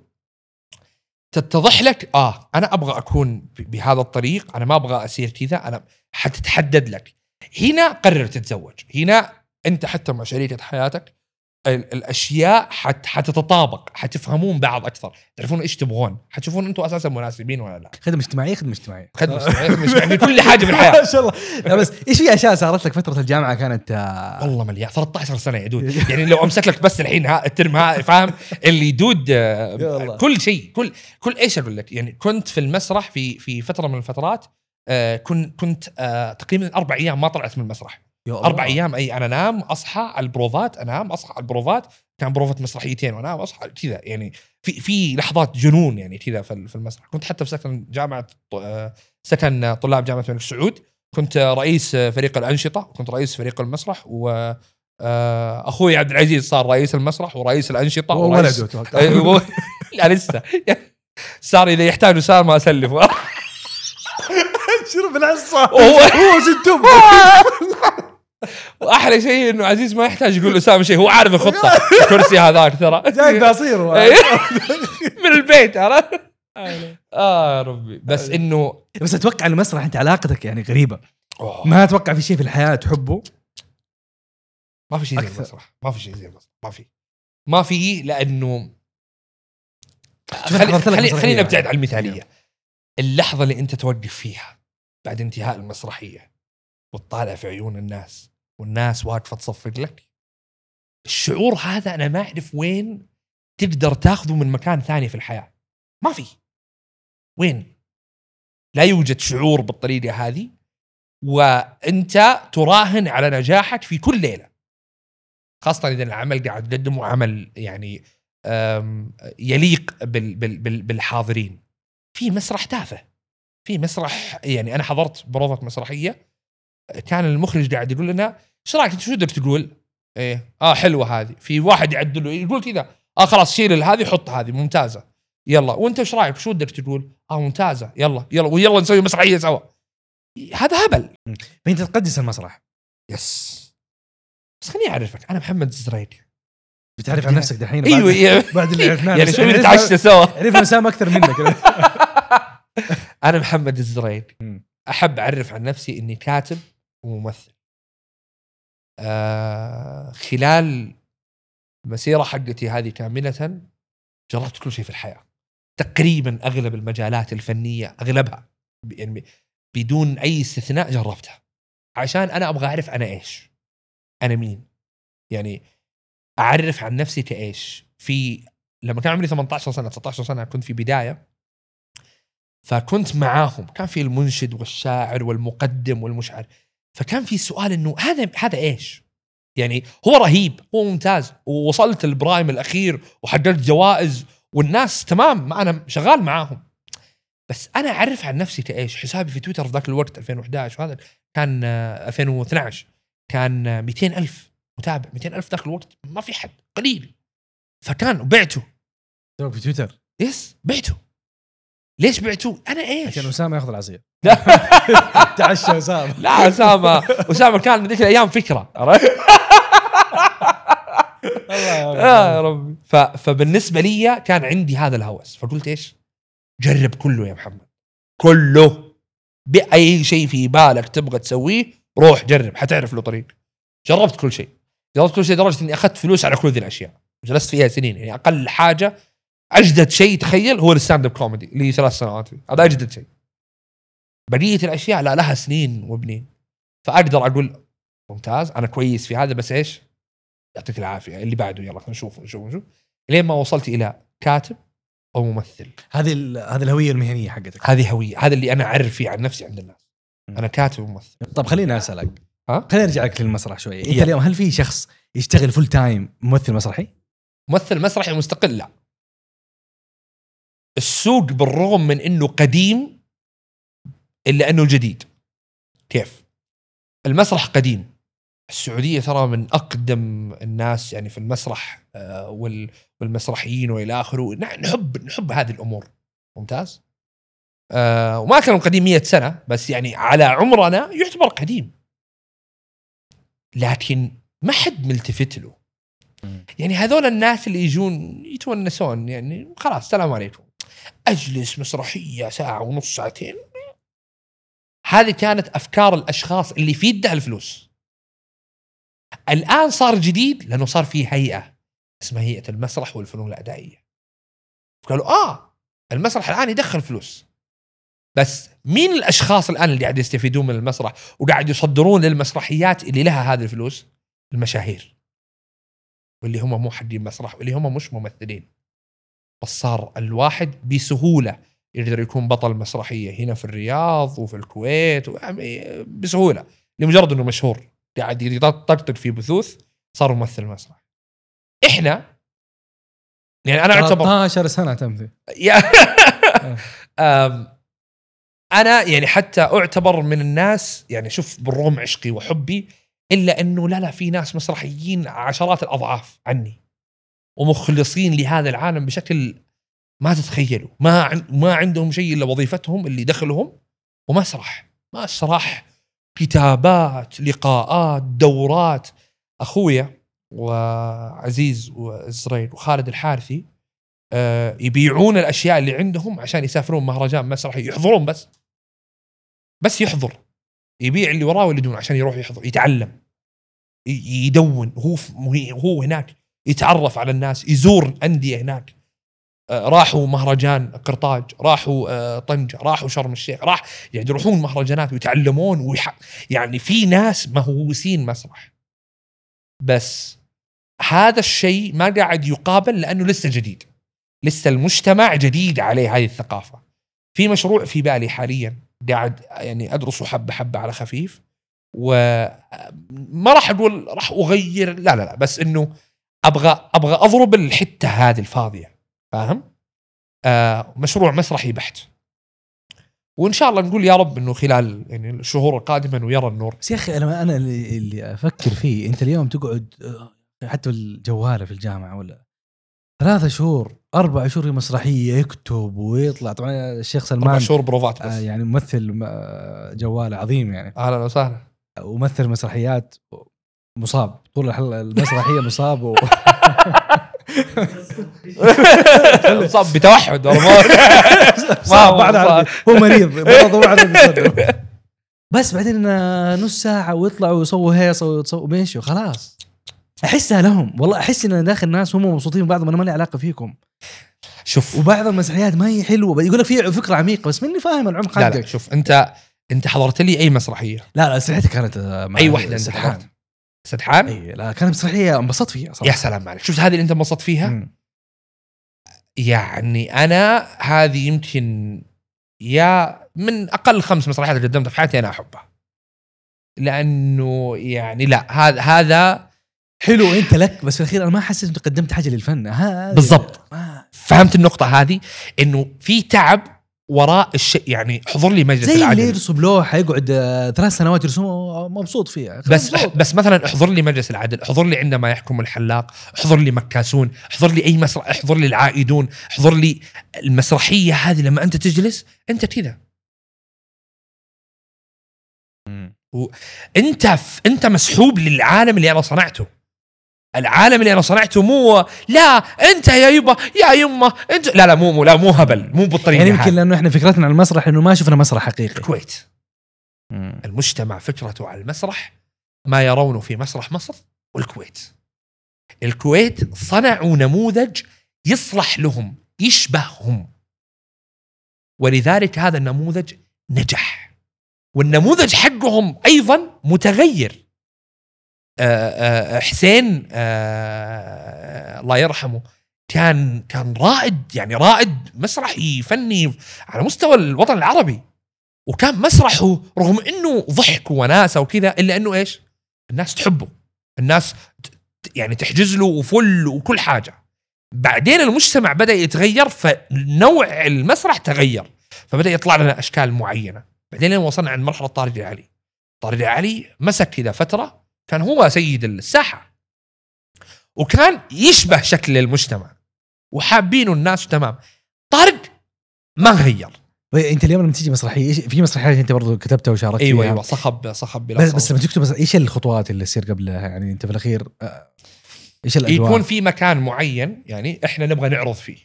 تتضح لك اه انا ابغى اكون بهذا الطريق انا ما ابغى اسير كذا. انا حتتحدد لك هنا قرر تتزوج. هنا انت حتى مع شريكه حياتك الاشياء حت حتتطابق حتفهمون بعض اكثر تعرفون ايش تبغون حتشوفون انتم اساسا مناسبين ولا لا. خدمه اجتماعيه خدمه اجتماعيه خدمه اجتماعيه في كل حاجه في الحياه ما شاء الله. لا بس ايش في اشياء صارت لك فتره الجامعه كانت آه والله مليان ثلاثة عشر سنه يا دود يعني لو امسك لك بس الحين ها الترم ها فاهم اللي دود آه كل شيء كل كل ايش اقول لك يعني كنت في المسرح في في فتره من الفترات آه كنت كنت آه تقريبا اربع ايام ما طلعت من المسرح. أربع أيام أي أنا نام أصحى على البروفات أنام أصحى على البروفات كان بروفة مسرحيتين وأنام أصحى كذا يعني في في لحظات جنون يعني كذا في في المسرح. كنت حتى في سكن جامعة سكن طلاب جامعة الملك سعود كنت رئيس فريق الأنشطة وكنت رئيس فريق المسرح و أخوي عبد العزيز صار رئيس المسرح ورئيس الأنشطة وولده لا لسه صار إذا يحتاج أسامة أسلفه شرب العصا هو هو زدتم واحلى شيء انه عزيز ما يحتاج يقول اسامه شيء، هو عارف الخطه. الكرسي هذاك ترى جاي باصير من البيت، عرفت؟ اه ربي. بس انه بس اتوقع المسرح انت علاقتك يعني غريبه، أوه. ما اتوقع في شيء في الحياه تحبه. ما في شيء زي المسرح، ما في شيء زي المسرح، ما في ما في لانه خلي خلي خلينا نبتعد عن المثاليه. اللحظه اللي انت توقف فيها بعد انتهاء المسرحيه وتطالع في عيون الناس والناس واقفه تصفق لك، الشعور هذا انا ما اعرف وين تقدر تاخذه من مكان ثاني في الحياه. ما في وين، لا يوجد شعور بالطريقه هذه وانت تراهن على نجاحك في كل ليله، خاصه اذا العمل قاعد تقدمه عمل يعني يليق بال بال بال بالحاضرين. في مسرح تافه، في مسرح يعني انا حضرت بروفة مسرحيه كان المخرج قاعد يقول لنا ايش رايك انت شو بدك تقول؟ ايه اه حلوه هذه. في واحد يعدل له يقول كذا اه خلاص شيل هذه حط هذه ممتازه، يلا وانت ايش رايك شو بدك تقول؟ اه ممتازه، يلا يلا ويلا نسوي مسرحيه سوا. هذا هبل. فانت تقدس المسرح. يس. بس خليني اعرفك انا محمد الزريدي. بتعرف عن نفسك دحين؟ ايوه ايوه بعد اللي عرفناه يعني شو نتعشى سوا. عرفنا اسامه اكثر منك. انا محمد الزريدي، احب اعرف عن نفسي اني كاتب وممثل. آه خلال المسيره حقتي هذه كامله جربت كل شيء في الحياه تقريبا، اغلب المجالات الفنيه اغلبها يعني بدون اي استثناء جربتها، عشان انا ابغى اعرف انا ايش، انا مين. يعني اعرف عن نفسي كايش. في لما كان عمري ثمانية عشر سنه تسعة عشر سنه كنت في بدايه، فكنت معاهم، كان في المنشد والشاعر والمقدم والمشعر، فكان في سؤال انه هذا هذا ايش؟ يعني هو رهيب، هو ممتاز، ووصلت البرايم الاخير وحققت جوائز والناس تمام، ما انا شغال معاهم، بس انا اعرف عن نفسي كايش. حسابي في تويتر في ذاك الوقت ألفين وإحدى عشر وهذا كان ألفين واثني عشر كان مئتين ألف متابع. مئتين ألف ذاك الوقت ما في حد، قليل. فكان بعته في تويتر. يس بعته. ليش بعته؟ انا ايش؟ عشان اسامه ياخذ العصير. تعشى اسامه. لا اسامه اسامه كان من ذيك الايام فكره. الله يا ربي. فبالنسبه لي كان عندي هذا الهوس، فقلت ايش؟ جرب كله يا محمد، كله، باي شيء في بالك تبغى تسويه روح جرب، حتعرف له طريق. جربت كل شيء، جربت كل شيء لدرجه اني اخذت فلوس على كل ذي الاشياء، جلست فيها سنين. يعني اقل حاجه اجدد شيء تخيل هو الستاند اب كوميدي اللي ثلاث سنوات فيه، هذا اجدد شيء. بقيه الاشياء لا لها سنين وبنين. فاقدر اقول ممتاز انا كويس في هذا، بس ايش؟ يعطيك العافيه اللي بعده يلا نشوف نشوف نشوف لين ما وصلت الى كاتب او ممثل. هذه هذه الهويه المهنيه حقتك، هذه هويه، هذا اللي انا اعرف فيه عن نفسي عند الناس. انا كاتب وممثل. طب خليني اسالك، ها خليني ارجع لك للمسرح شويه. انت اليوم هل في شخص يشتغل فول تايم ممثل مسرحي؟ ممثل مسرحي مستقل لا. السوق بالرغم من انه قديم الا انه جديد. كيف؟ المسرح قديم، السعوديه ترى من اقدم الناس يعني في المسرح والمسرحيين والى اخره. نحب نحب هذه الامور. ممتاز. أه وما كان قديم مئة سنه، بس يعني على عمرنا يعتبر قديم، لكن ما حد ملتفت له. يعني هذول الناس اللي يجون يتونسون يعني خلاص السلام عليكم، اجلس مسرحيه ساعه ونص ساعتين. هذه كانت افكار الاشخاص اللي في يدها الفلوس. الان صار جديد لانه صار في هيئه اسمها هيئه المسرح والفنون الادائيه. قالوا اه المسرح الان يدخل فلوس، بس مين الاشخاص الان اللي قاعد يستفيدون من المسرح وقاعد يصدرون للمسرحيات اللي لها هذه الفلوس؟ المشاهير، واللي هم مو حقين مسرح، واللي هم مش ممثلين. بس صار الواحد بسهوله يقدر يكون بطل مسرحيه هنا في الرياض وفي الكويت بسهوله، لمجرد انه مشهور قاعد يطقطق في بثوث صار ممثل مسرح. احنا يعني انا اعتبر ثلاثة عشر سنه تمثيل. انا يعني حتى اعتبر من الناس، يعني شوف بالرغم عشقي وحبي الا انه لا لا في ناس مسرحيين عشرات الاضعاف عني ومخلصين لهذا العالم بشكل ما تتخيلوا. ما ما عندهم شيء الا وظيفتهم اللي دخلهم ومسرح مسرح كتابات، لقاءات، دورات. اخويا وعزيز والزريد وخالد الحارثي آه يبيعون الاشياء اللي عندهم عشان يسافرون مهرجان مسرحي يحضرون، بس بس يحضر، يبيع اللي وراه واللي دونه عشان يروح يحضر يتعلم يدون. هو هو هناك يتعرف على الناس، يزور أندية هناك. آه راحوا مهرجان قرطاج، راحوا آه طنجة، راحوا شرم الشيخ، راح يعني يروحون مهرجانات ويتعلمون ويح... يعني في ناس مهووسين مسرح. بس هذا الشيء ما قاعد يقابل لأنه لسه جديد، لسه المجتمع جديد عليه هذه الثقافة. في مشروع في بالي حاليا قاعد يعني أدرسه حبة حبة على خفيف، وما راح أقول راح أغير، لا لا لا، بس إنه أبغى أبغى أضرب الحتة هذه الفاضية، فاهم؟ آه مشروع مسرحي بحت، وإن شاء الله نقول يا رب إنه خلال يعني الشهور القادمة إنه يرى النور. بس يا أخي أنا أنا اللي, اللي أفكر فيه، أنت اليوم تقعد حتى الجوالة في الجامعة ولا ثلاثة شهور أربع شهور مسرحية يكتب ويطلع. طبعا الشيخ سلمان أربع شهور بروفات بس. آه يعني ممثل جوالة عظيم يعني، أهلا وسهلا، وممثل مسرحيات مصاب طول الحلقة المسرحية مصاب و... مصاب بتوحد هرمون صعب بعد هو مريض بس بعدين نص ساعة ويطلعوا ويصوروا هيصة وماشي وخلاص. أحسها لهم والله، أحس إن داخل الناس هم مبسوطين بعضهم، أنا ما لي علاقة فيكم. شوف، وبعض المسرحيات ما هي حلوة، يقول لك فيها فكرة عميقة بس مني فاهم العمق حقك. لا لا، شوف أنت أنت حضرت لي أي مسرحية؟ لا لا مسرحيتي كانت أي واحدة أنت حضرت؟ سدحان؟ أي لا كانت مسرحية انبسطت فيها صراحة. يا سلام عليك، شوف هذه اللي أنت انبسطت فيها. م. يعني أنا هذه يمكن يا من أقل خمس مسرحيات اللي قدمتها في حياتي أنا أحبها، لأنه يعني لا هذا هذا حلو أنت لك، بس في الأخير أنا ما حسيت أنت قدمت حاجة للفن. بالضبط، فهمت النقطة هذه، إنه في تعب وراء الشيء. يعني حضر لي مجلس زي العدل، اللي يرسم لوحة يقعد ثلاث سنوات يرسمه مبسوط فيها، بس مبسوط. بس مثلا احضر لي مجلس العدل، احضر لي عندما يحكم الحلاق، احضر لي مكاسون، احضر لي اي مسرح، احضر لي العائدون، احضر لي المسرحية هذه. لما انت تجلس انت كذا، انت ف... انت مسحوب للعالم اللي انا صنعته. العالم اللي انا صنعته مو لا انت يا يبا يا يمه انت، لا لا مو مو لا مو هبل، مو بالطريقه يعني يمكن لانه احنا فكرتنا عن المسرح انه ما شفنا مسرح حقيقي. الكويت مم. المجتمع فكرته على المسرح ما يرونه في مسرح مصر والكويت. الكويت صنعوا نموذج يصلح لهم، يشبههم، ولذلك هذا النموذج نجح. والنموذج حقهم ايضا متغير. آآ آآ حسين آآ الله يرحمه كان كان رائد، يعني رائد مسرحي فني على مستوى الوطن العربي، وكان مسرحه رغم انه ضحك وناسه وكذا الا انه ايش؟ الناس تحبه، الناس يعني تحجز له وفل وكل حاجه. بعدين المجتمع بدا يتغير، فنوع المسرح تغير، فبدا يطلع لنا اشكال معينه. بعدين لما وصلنا عند مرحله طارق العلي، طارق العلي مسك كذا فتره كان هو سيد الساحة، وكان يشبه شكل المجتمع وحابينه الناس تمام. طارق ما غير. انت اليوم لما تيجي مسرحيه، ايش في مسرحيات انت برضو كتبتها وشاركت أيوة فيها؟ ايوه صخب صخب بلا بس, بس لما تكتب ايش الخطوات اللي تصير قبلها؟ يعني انت في الاخير ايش الاجواء؟ يكون في مكان معين يعني احنا نبغى نعرض فيه.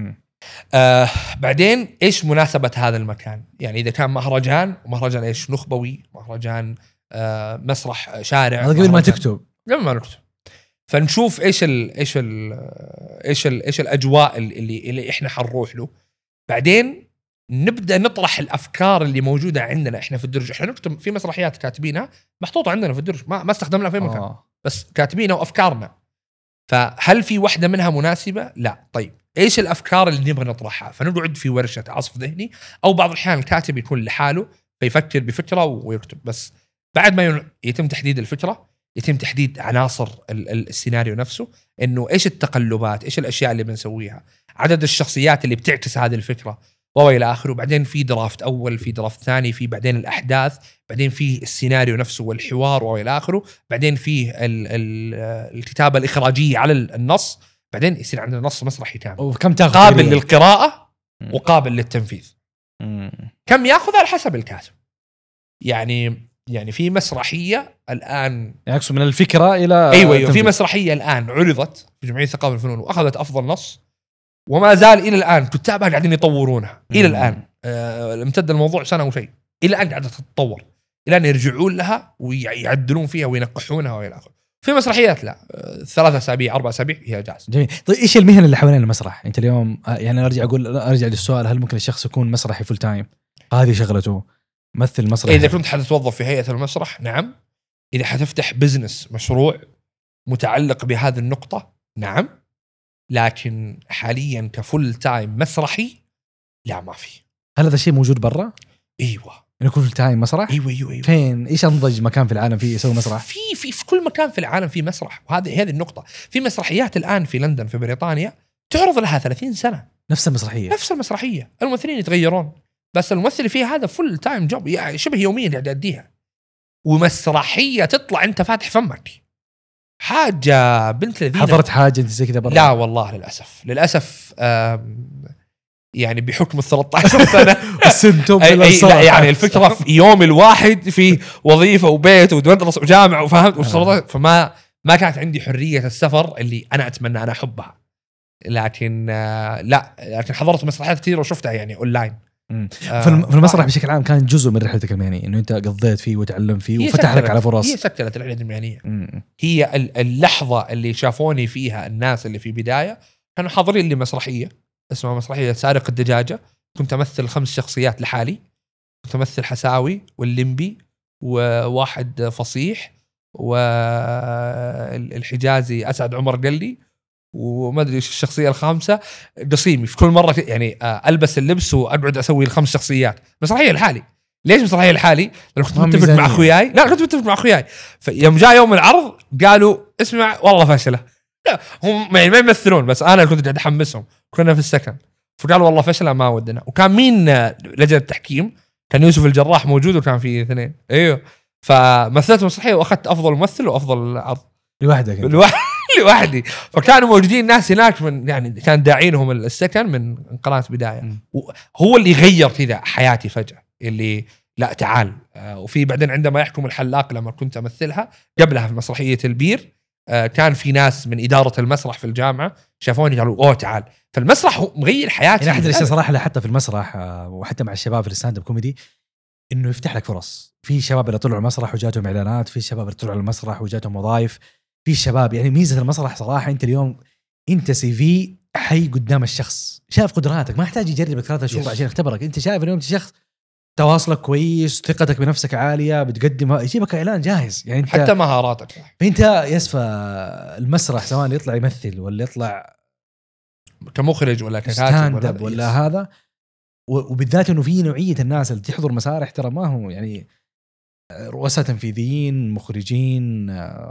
آه بعدين ايش مناسبة هذا المكان؟ يعني اذا كان مهرجان، مهرجان ايش؟ نخبوي، مهرجان آه مسرح شارع، هذا قبل ما تكتب قبل ما نكتب فنشوف ايش ال ايش ال ايش ال ايش الاجواء اللي اللي احنا حنروح له. بعدين نبدا نطرح الافكار اللي موجوده عندنا احنا في الدرج. احنا نكتب في مسرحيات كاتبينها محطوطه عندنا في الدرج، ما ما استخدمناها في مكان، آه. بس كاتبينها وافكارنا. فهل في واحده منها مناسبه؟ لا. طيب ايش الافكار اللي نبغى نطرحها؟ فنقعد في ورشه عصف ذهني، او بعض الاحيان الكاتب يكون لحاله فيفكر بفكره ويكتب. بس بعد ما يتم تحديد الفكره يتم تحديد عناصر السيناريو نفسه، انه ايش التقلبات، ايش الاشياء اللي بنسويها، عدد الشخصيات اللي بتعكس هذه الفكره والى اخره. وبعدين في درافت اول، في درافت ثاني، في بعدين الاحداث، بعدين في السيناريو نفسه والحوار والى اخره، بعدين في ال ال الكتابه الاخراجيه على النص، بعدين يصير عندنا نص مسرحي كامل. وكم تاخذ؟ قابل تقريبا للقراءه وقابل للتنفيذ. مم. كم ياخذ على حسب الكاتب. يعني يعني في مسرحيه الان، يعني اقصد من الفكره الى ايوه ايوه في تنفيذ. مسرحيه الان عرضت في جمعيه ثقافه الفنون واخذت افضل نص، وما زال الى الان كتابها قاعدين يطورونها الى مم. الان. آه، امتد الموضوع سنه وشيء، الى الان قاعده تتطور، الى ان يرجعون لها ويعدلون فيها وينقحونها والى اخره. في مسرحيات لا، آه، ثلاثة اسابيع اربع اسابيع هي جاهزه. جميل. طيب ايش المهن اللي حوالين المسرح؟ انت اليوم آه، يعني ارجع اقول ارجع للسؤال، هل ممكن الشخص يكون مسرحي فول تايم؟ هذه شغلته ممثل مسرحي. اذا كنت حتتوظف في هيئه المسرح نعم، اذا حتفتح بزنس مشروع متعلق بهذه النقطه نعم، لكن حاليا كفول تايم مسرحي لا ما في. هل هذا الشيء موجود برا؟ ايوه انه يكون فول تايم مسرح؟ ايوه ايوه, أيوة. فين؟ ايش انضج مكان في العالم فيه يسوي مسرح؟ في في في كل مكان في العالم في مسرح، وهذه هذه النقطه. في مسرحيات الان في لندن في بريطانيا تعرض لها ثلاثين سنه نفس المسرحيه. نفس المسرحيه، الممثلين يتغيرون بس الممثل اللي فيها هذا فول تايم جوب، يعني شبه يوميا قاعد يأديها، ومسرحيه تطلع انت فاتح فمك، حاجه بنت لذينه. حضرت حاجه انت زي كذا برا؟ لا والله للاسف للاسف آم، يعني بحكم ال ثلاثة عشر سنه السنتم أي أي لا يعني الفكره في يوم الواحد في وظيفه وبيت ومدرسه وجامعه وفهمت آه. فما ما كانت عندي حريه السفر اللي انا اتمنى انا احبها. لكن آه لا لكن حضرت مسرحيات كثير وشفتها يعني اونلاين. آه في المسرح بشكل عام كان جزء من رحلتك المهنيه، انه انت قضيت فيه وتعلم فيه وفتح لك على فرص. هي سكتت الرحله المهنيه. هي اللحظه اللي شافوني فيها الناس اللي في بدايه كانوا حاضرين لي مسرحيه اسمها مسرحيه سارق الدجاجه، كنت امثل خمس شخصيات لحالي، كنت امثل حساوي واللمبي وواحد فصيح والحجازي اسعد عمر قلي وما ادري ايش الشخصيه الخامسه قصيمي. في كل مره يعني البس اللبس واقعد اسوي الخمس شخصيات. مسرحيه لحالي. ليش مسرحيه لحالي؟ لانه كنت متفق مع اخوياي. لا كنت متفق مع اخوياي، فيوم جاء يوم العرض قالوا اسمع والله فاشله. لا هم يعني ما يمثلون بس انا كنت قاعد احمسهم، كنا في السكن فقالوا والله فشله ما ودنا. وكان مين لجنه التحكيم؟ كان يوسف الجراح موجود وكان في اثنين. ايوه فمثلت مسرحيه واخذت افضل ممثل وافضل عرض لوحدك لوحدي لوحدي. فكانوا موجودين ناس هناك من يعني كان داعينهم السكن من قناه بدايه. هو اللي غير كذا حياتي فجاه، اللي لا تعال. وفي بعدين عندما يحكم الحلاق لما كنت امثلها قبلها في مسرحيه البير كان في ناس من اداره المسرح في الجامعه شافوني قالوا اوه تعال. فالمسرح هو مغير حياتي. يعني احد الاشياء صراحه حتى في المسرح وحتى مع الشباب في الستاند اب كوميدي انه يفتح لك فرص. في شباب اللي طلعوا المسرح وجاتهم اعلانات، في شباب اللي طلعوا على المسرح وجاتهم وظائف، في شباب يعني ميزه المسرح صراحه انت اليوم انت سي في حي قدام الشخص، شايف قدراتك، ما يحتاج يجربك ثلاثة شهور عشان يختبرك. انت شايف اليوم انت شخص تواصلك كويس، ثقتك بنفسك عاليه، بتقدم يجيبك اعلان جاهز. يعني انت حتى مهاراتك. فانت يسفى المسرح سواء يطلع يمثل ولا يطلع كمخرج ولا ككاتب ولا, ولا هذا، وبالذات انه في نوعيه الناس اللي تحضر مسارح ترى ما هو يعني رؤساء تنفيذيين، مخرجين،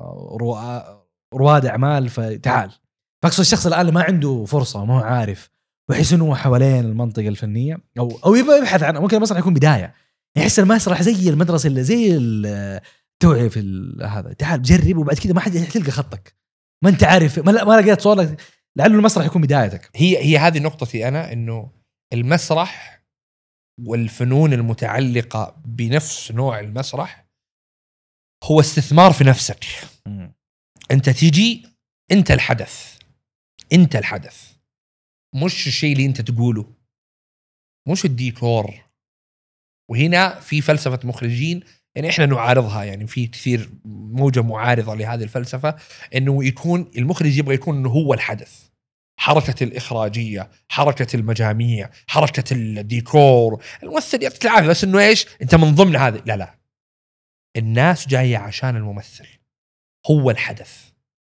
رواد اعمال. فتعال فاقصد الشخص الان ما عنده فرصه ما هو عارف ويحس انه حوالين المنطقه الفنيه او او يبحث عنها. ممكن المسرح يكون بدايه، يحس المسرح زي المدرسه اللي زي التوعيه في هذا. تعال جرب وبعد كذا ما حد تلقى خطك، ما انت عارف ما, ما لقيت صورك، لعله المسرح يكون بدايتك. هي هي هذه نقطتي انا، انه المسرح والفنون المتعلقه بنفس نوع المسرح هو استثمار في نفسك. م. انت تيجي انت الحدث، انت الحدث مش الشيء اللي انت تقوله، مش الديكور. وهنا في فلسفه مخرجين يعني احنا نعارضها، يعني في كثير موجة معارضة لهذه الفلسفة، انه يكون المخرج يبغى يكون انه هو الحدث، حركة الإخراجية، حركة المجاميع، حركة الديكور. الممثل يعطيك العافية بس انه ايش انت من ضمن هذه. لا لا، الناس جاية عشان الممثل هو الحدث.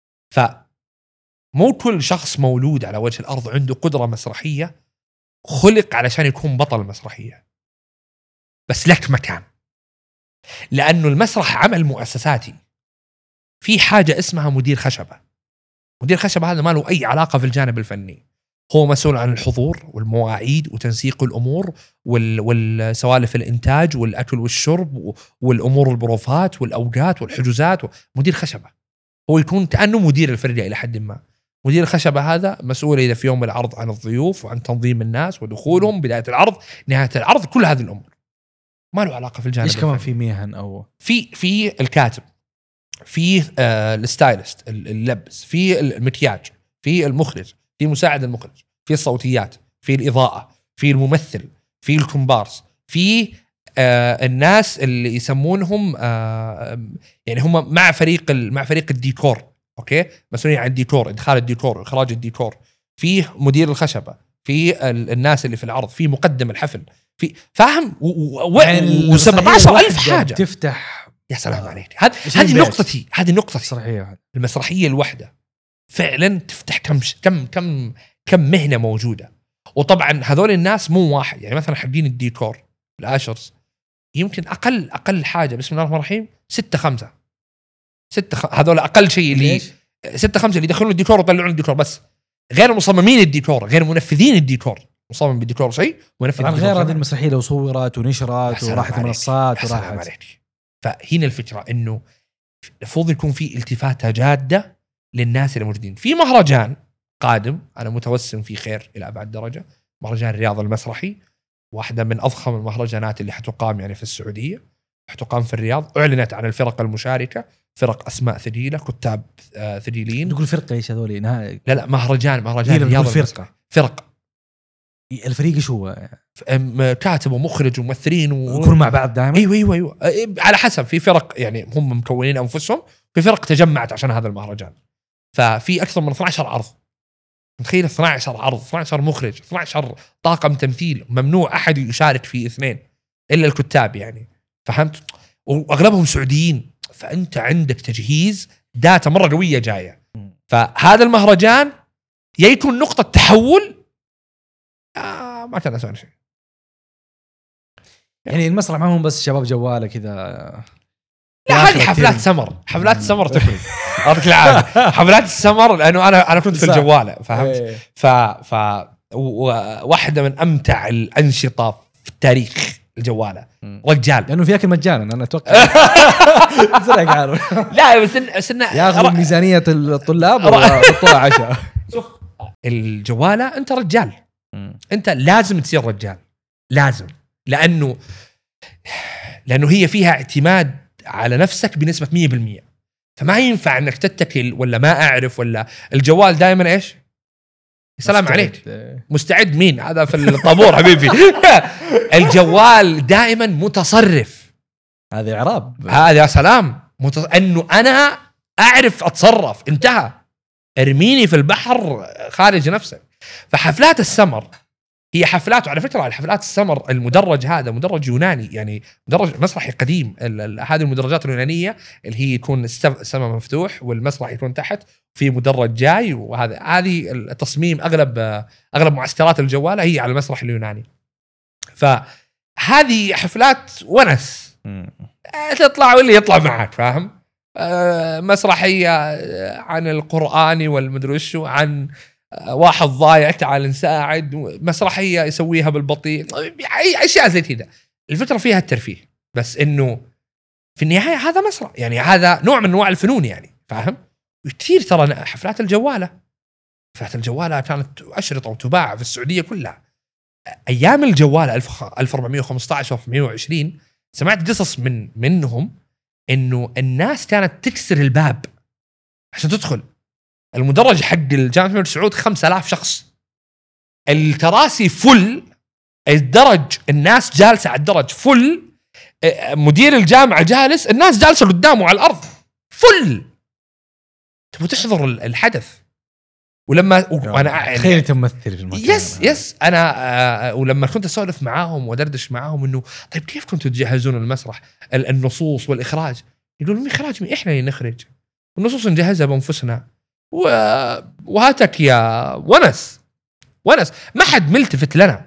فمو كل شخص مولود على وجه الأرض عنده قدرة مسرحية خلق علشان يكون بطل مسرحية، بس لك مكان. لأنه المسرح عمل مؤسساتي، في حاجة اسمها مدير خشبة. مدير خشبة هذا ما له أي علاقة في الجانب الفني، هو مسؤول عن الحضور والمواعيد وتنسيق الأمور والسوالف الإنتاج والأكل والشرب والأمور البروفات والأوقات والحجوزات. مدير خشبة هو يكون كأنه مدير الفرقة إلى حد ما. مدير الخشبة هذا مسؤول إذا في يوم العرض عن الضيوف وعن تنظيم الناس ودخولهم، بداية العرض، نهاية العرض، كل هذه الأمور. ما له علاقه في الجانب ايش كمان الفني. في مهن او في في الكاتب، في آه الستايلست اللبس، في المكياج، في المخرج، في مساعد المخرج، في الصوتيات، في الإضاءة، في الممثل، في الكومبارس، في آه الناس اللي يسمونهم آه يعني هم مع فريق مع فريق الديكور، اوكي، مسؤولين عن الديكور، ادخال الديكور، اخراج الديكور، في مدير الخشبه، في الناس اللي في العرض، في مقدم الحفل، في فاهم و17 ألف حاجه تفتح. يا سلام عليك. هذه هذه نقطتي هذه نقطتي صحيح. المسرحيه الواحده فعلا تفتح كم كم كم كم مهنه موجوده. وطبعا هذول الناس مو واحد، يعني مثلا حقين الديكور الاشرز يمكن اقل اقل حاجه بسم الله الرحمن الرحيم ستة خمسة ستة خ... هذول اقل شيء اللي ستة خمسة اللي يدخلون الديكور ويطلعون الديكور، بس غير مصممين الديكور، غير منفذين الديكور. مصمم بالديكور شيء، منفذ طبعا غير هذه المسرحيه لو صورت ونشرت وراحت منصات وراحت. فهنا الفكره انه المفروض يكون في التفاته جاده للناس اللي موجودين في مهرجان قادم. انا متوسم في خير الى ابعد درجه. مهرجان الرياض المسرحي، واحده من اضخم المهرجانات اللي حتقام يعني في السعوديه، حتقام في الرياض. اعلنت عن الفرق المشاركه، فرق اسماء ثقيله، كتاب آه ثقيلين. تقول فرقه ايش هذول؟ لا لا مهرجان مهرجان الرياض فرقه فرق الفريق ايش هو؟ كاتب ومخرج وممثلين ويكونوا مع بعض دائما. ايوه ايوه ايوه على حسب. في فرق يعني هم مكونين انفسهم، في فرق تجمعت عشان هذا المهرجان. ففي اكثر من اثنا عشر عرض، متخيل اثنا عشر عرض، اثنا عشر مخرج، اثنا عشر طاقم تمثيل، ممنوع احد يشارك في اثنين الا الكتاب يعني، فهمت؟ واغلبهم سعوديين. فانت عندك تجهيز داتا مره قويه جايه. فهذا المهرجان يكون نقطه تحول. آه ما كان اسوي شيء يعني المسرح معهم بس شباب جواله كذا. لا هذه حفلات سمر، حفلات سمر تفرق. أعطيك العافية. حفلات السمر لأنه أنا أنا كنت في الجوالة، فهمت؟ ف ف واحدة من أمتع الأنشطة في التاريخ الجوالة. رجال لأنه في أكل مجانا أنا أتوقع. زرق عارف. لا بس إن سنة ياخذ ميزانية الطلاب ويحطوها عشاء. شوف الجوالة أنت رجال، أنت لازم تصير رجال، لازم، لأنه لأنه هي فيها اعتماد على نفسك بنسبة مية بالمية. فما ينفع انك تتكل ولا ما اعرف ولا الجوال دائما ايش السلام مستعد. عليك مستعد مين هذا في الطابور حبيبي. الجوال دائما متصرف. هذا اعراب هذا يا سلام متص... انه انا اعرف اتصرف، انتهى. ارميني في البحر خارج نفسك. فحفلات السمر هي حفلات، وعلى فكرة الحفلات السمر المدرج هذا مدرج يوناني، يعني مدرج مسرحي قديم. هذه المدرجات اليونانية اللي هي يكون السماء مفتوح والمسرح يكون تحت في مدرج جاي، وهذا هذه التصميم أغلب أغلب معسكرات الجوالة هي على المسرح اليوناني. فهذه حفلات ونس، تطلع واللي يطلع معك، فاهم؟ مسرحية عن القرآن والمدري شو، عن واحد ضايع تعال نساعد، مسرحية يسويها بالبطيء، أي أشياء زي كذا. الفكرة فيها الترفيه، بس إنه في النهاية هذا مسرح، يعني هذا نوع من أنواع الفنون يعني، فاهم؟ كثير ترى حفلات الجوالة، حفلات الجوالة كانت أشرطة وتباع في السعودية كلها. أيام الجوالة ألف وأربعمية وخمسة عشر ألف وأربعمية وعشرين سمعت قصص من منهم إنه الناس كانت تكسر الباب عشان تدخل. المدرج حق الجامعة الملك سعود خمسة آلاف شخص، الكراسي فل، الدرج الناس جالسة على الدرج فل، مدير الجامعة جالس، الناس جالسة قدامه على الأرض فل. تبغى تحضر الحدث. ولما وانا خير تمثل في المكان. يس يس انا آه ولما كنت اسولف معاهم ودردش معاهم انه طيب كيف كنتوا تجهزون المسرح، النصوص والاخراج؟ يقولون مين اخراج؟ مين احنا اللي نخرج، النصوص نجهزها بانفسنا وهاتك يا ونس ونس. ما حد ملتفت لنا،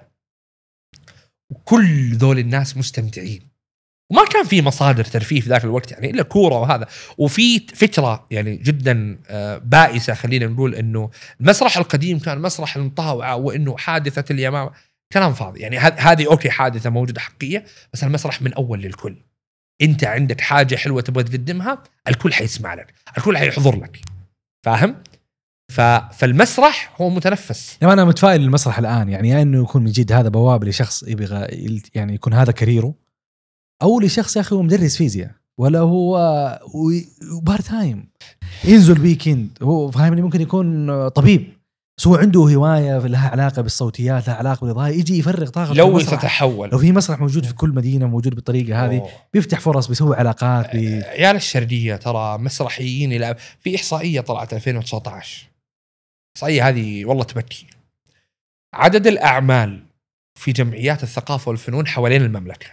وكل ذول الناس مستمتعين، وما كان في مصادر ترفيه في ذاك الوقت يعني إلا كورة وهذا. وفي فكرة يعني جدا بائسة، خلينا نقول إنه المسرح القديم كان مسرح المطاوعة، وإنه حادثة اليمامة كلام فاضي. يعني هذه أوكي حادثة موجودة حقيقية، بس المسرح من أول للكل. أنت عندك حاجة حلوة تبغى تقدمها، الكل حيسمع لك، الكل حيحضر لك، فاهم؟ فالمسرح هو متنفس. يعني أنا متفائل المسرح الآن، يعني إنه يكون من جد هذا بوابة لشخص يبغى يعني يكون هذا كاريره، او لشخص يا اخي هو مدرس فيزياء ولا هو بار تايم ينزل ويكند، هو فاهمني ممكن يكون طبيب بس هو عنده هوايه لها علاقه بالصوتيات، لها علاقه بالاضاءه، يجي يفرغ طاقته لو تتحول. لو في مسرح موجود في كل مدينه موجود بالطريقه هذه أوه. بيفتح فرص، بيسوي علاقات بي... عيال الشرديه ترى مسرحيين يلعب. في احصائيه طلعت ألفين وتسعة عشر، احصائيه هذه والله تبكي. عدد الاعمال في جمعيات الثقافه والفنون حوالين المملكه،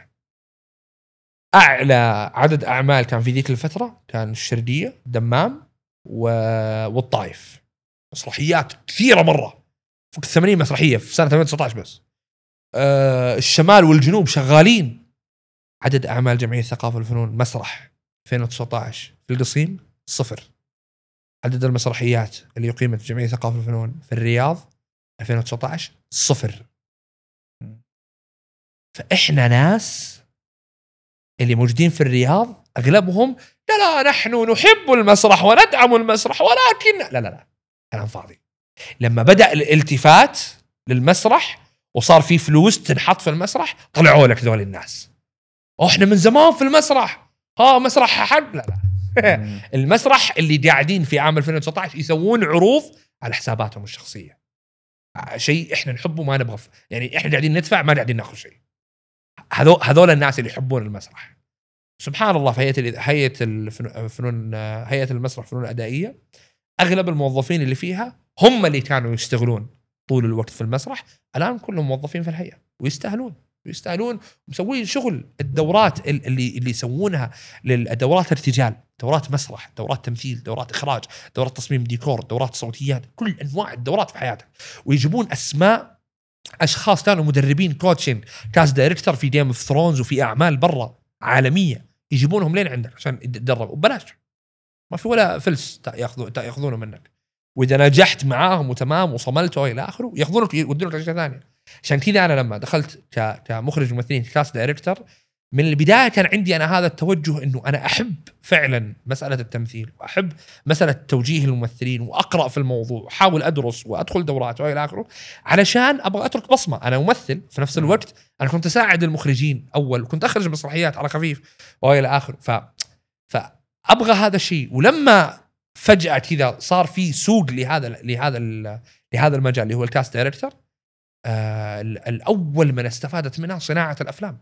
اعلى عدد اعمال كان في ذيك الفتره كان الشرديه، دمام و... والطائف. مسرحيات كثيره مره، فوق الثمانين مسرحيه في سنه ألفين وتسعة عشر بس. أه الشمال والجنوب شغالين. عدد اعمال جمعيه الثقافه والفنون مسرح ألفين وتسعة عشر في القصيم صفر. عدد المسرحيات اللي يقيمت جمعيه الثقافه والفنون في الرياض ألفين وتسعة عشر صفر. فاحنا ناس اللي موجودين في الرياض اغلبهم لا لا نحن نحب المسرح وندعم المسرح ولكن لا لا لا كلام فاضي. لما بدأ الالتفات للمسرح وصار في فلوس تنحط في المسرح طلعوا لك ذول الناس، احنا من زمان في المسرح، ها مسرح حق لا لا المسرح اللي قاعدين في عام ألفين وتسعة عشر يسوون عروض على حساباتهم الشخصيه، شيء احنا نحبه ما نبغى، يعني احنا قاعدين ندفع ما قاعدين ناخذ شيء. هذول هذول الناس اللي يحبون المسرح. سبحان الله في هيئه هيئه الفنون، هيئه المسرح فنون ادائيه، اغلب الموظفين اللي فيها هم اللي كانوا يشتغلون طول الوقت في المسرح، الان كلهم موظفين في الهيئه ويستاهلون ويستاهلون مسوين شغل. الدورات اللي اللي يسوونها للدورات ارتجال، دورات مسرح، دورات تمثيل، دورات اخراج، دورات تصميم ديكور، دورات صوتيات، كل انواع الدورات في حياتك، ويجيبون اسماء اشخاص كانوا مدربين كوتشين كاس دايركتور في جيم اوف ثرونز وفي اعمال برا عالميه، يجيبونهم لين عندك عشان يتدربوا ببلاش، ما في ولا فلس ياخذون ياخذونه منك. واذا نجحت معاهم وتمام وصملت الى اخره ياخذونك يودونك اشياء ثانيه. عشان كذا انا لما دخلت كمخرج ممثلين كاس دايركتور من البدايه كان عندي انا هذا التوجه، انه انا احب فعلا مساله التمثيل واحب مساله توجيه الممثلين، واقرا في الموضوع واحاول ادرس وادخل دورات والى اخره، علشان ابغى اترك بصمه. انا ممثل في نفس الوقت، انا كنت اساعد المخرجين اول، وكنت اخرج مسرحيات على خفيف والى اخره. ف فابغى هذا الشيء. ولما فجاه كذا صار في سوق لهذا لهذا لهذا المجال اللي هو الكاست دايركتور، آه الاول من استفادت منها صناعه الافلام.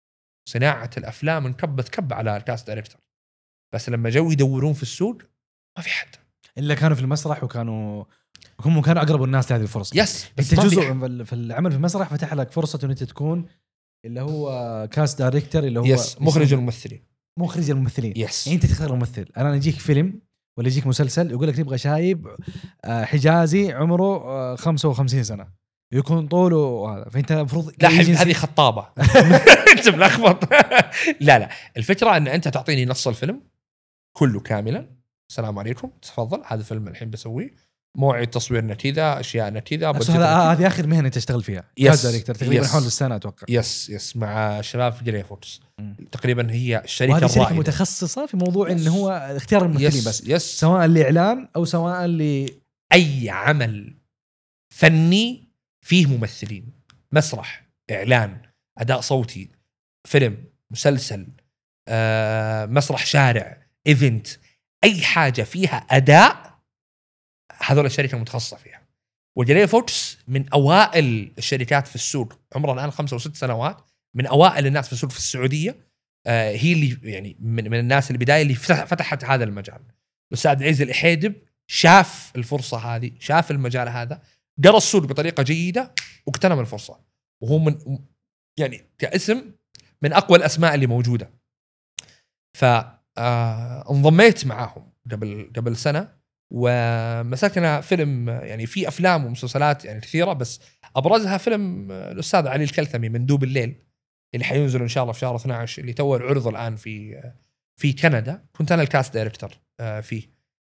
صناعه الافلام انكبت كب على الكاست دايركتور، بس لما جو يدورون في السوق ما في حد الا كانوا في المسرح، وكانوا هم كانوا اقرب الناس لهذه الفرصه. يس انت جزء في العمل في المسرح فتح لك فرصه ان انت تكون اللي هو كاست دايركتور، اللي هو يس مخرج الممثلين. مخرج الممثلين يس. يعني انت تختار الممثل. انا يجيك فيلم ولا يجيك مسلسل يقول لك نبغى شايب حجازي عمره خمسة وخمسين سنه يكون طوله هذا، فانت المفروض لا هذه خطابه انت ملخبط. لا لا الفكره ان انت تعطيني نص الفيلم كله كاملا، السلام عليكم تفضل هذا الفيلم الحين بسويه، موعد تصويرنا كذا، اشياءنا كذا. هذه اخر مهنه تشتغل فيها كاست دايركتور تقريبا حول السنه اتوقع. يس يس مع الشباب في جري فوكس تقريبا، هي الشركه الرائده، شركه متخصصه في موضوع انه هو اختيار الممثلين بس يس. سواء لاعلان او سواء لاي عمل فني فيه ممثلين، مسرح، اعلان، اداء صوتي، فيلم، مسلسل، آه، مسرح شارع، ايفنت، اي حاجه فيها اداء هذول الشركه متخصصه فيها. وجري فوكس من اوائل الشركات في السوق، عمرها الان خمسة وست سنوات، من اوائل الناس في السوق في السعوديه. آه هي اللي يعني من, من الناس البدايه اللي فتحت هذا المجال. الاستاذ عز الإحيدب شاف الفرصه هذه، شاف المجال هذا، قرا السوق بطريقه جيده واغتنم الفرصه، وهو من يعني كاسم من اقوى الاسماء اللي موجوده. ف انضميت معاهم قبل قبل سنه، ومسكنا فيلم، يعني في افلام ومسلسلات يعني كثيره، بس ابرزها فيلم الاستاذ علي الكلثمي مندوب الليل اللي حينزل ان شاء الله في شهر اثنا عشر، اللي تو العرض الان في في كندا. كنت انا الكاست دايركتور فيه،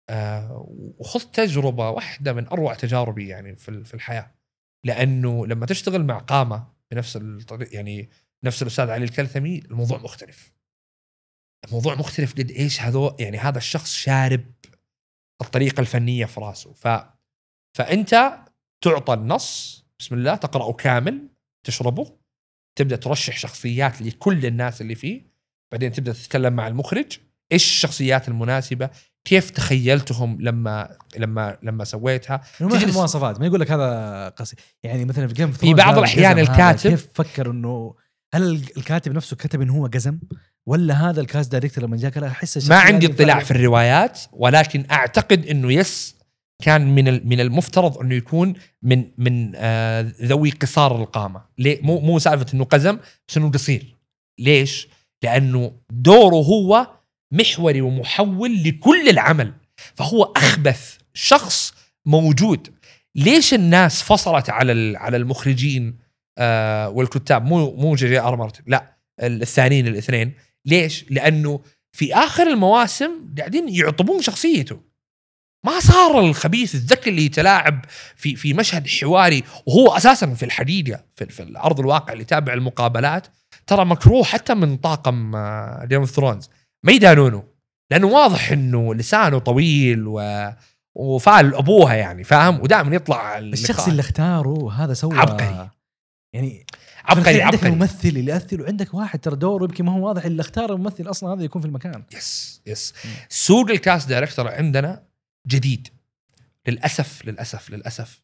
وخذت تجربه واحده من اروع تجاربي يعني في في الحياه، لانه لما تشتغل مع قامه بنفس الطريق، يعني نفس الاستاذ علي الكلثمي، الموضوع مختلف. الموضوع مختلف قد ايش هذا، يعني هذا الشخص شارب الطريقه الفنيه في راسه. ف فانت تعطى النص بسم الله، تقراه كامل، تشربه، تبدا ترشح شخصيات لكل الناس اللي فيه، بعدين تبدا تتكلم مع المخرج ايش الشخصيات المناسبه، كيف تخيلتهم لما لما لما سويتها. ما في مواصفات، ما يقول لك هذا قصي يعني مثلا في جيم في بعض الاحيان الكاتب كيف فكر انه هل الكاتب نفسه كتب انه هو قزم ولا هذا الكاست دايركتور لما جاك احس ما عندي اطلاع في الروايات، ولكن اعتقد انه يس كان من من المفترض انه يكون من من آه ذوي قصار القامه. ليه مو مو سالفه انه قزم بس انه قصير. ليش؟ لانه دوره هو محوري ومحول لكل العمل، فهو اخبث شخص موجود. ليش الناس فصلت على على المخرجين آه والكتاب، مو مو جي ار مارتن، لا الثانيين الاثنين؟ ليش؟ لانه في اخر المواسم قاعدين يعطبون شخصيته، ما صار الخبيث الذكي اللي يتلاعب في في مشهد حواري، وهو اساسا في الحقيقه في, في الارض الواقع اللي يتابع المقابلات ترى مكروه حتى من طاقم جيم اوف ثرونز، ما يدانونه لانه واضح انه لسانه طويل و وفعل ابوها يعني، فاهم؟ ودائما يطلع الشخص اللي اختاره هذا سوى عبقري يعني عبقري عندك عبقري. ممثل اللي يأثر، وعندك واحد ترى دوره يمكن ما هو واضح اللي اختار الممثل اصلا هذا يكون في المكان. يس يس م. سوق الكاست دايركتور عندنا جديد للاسف للاسف للاسف.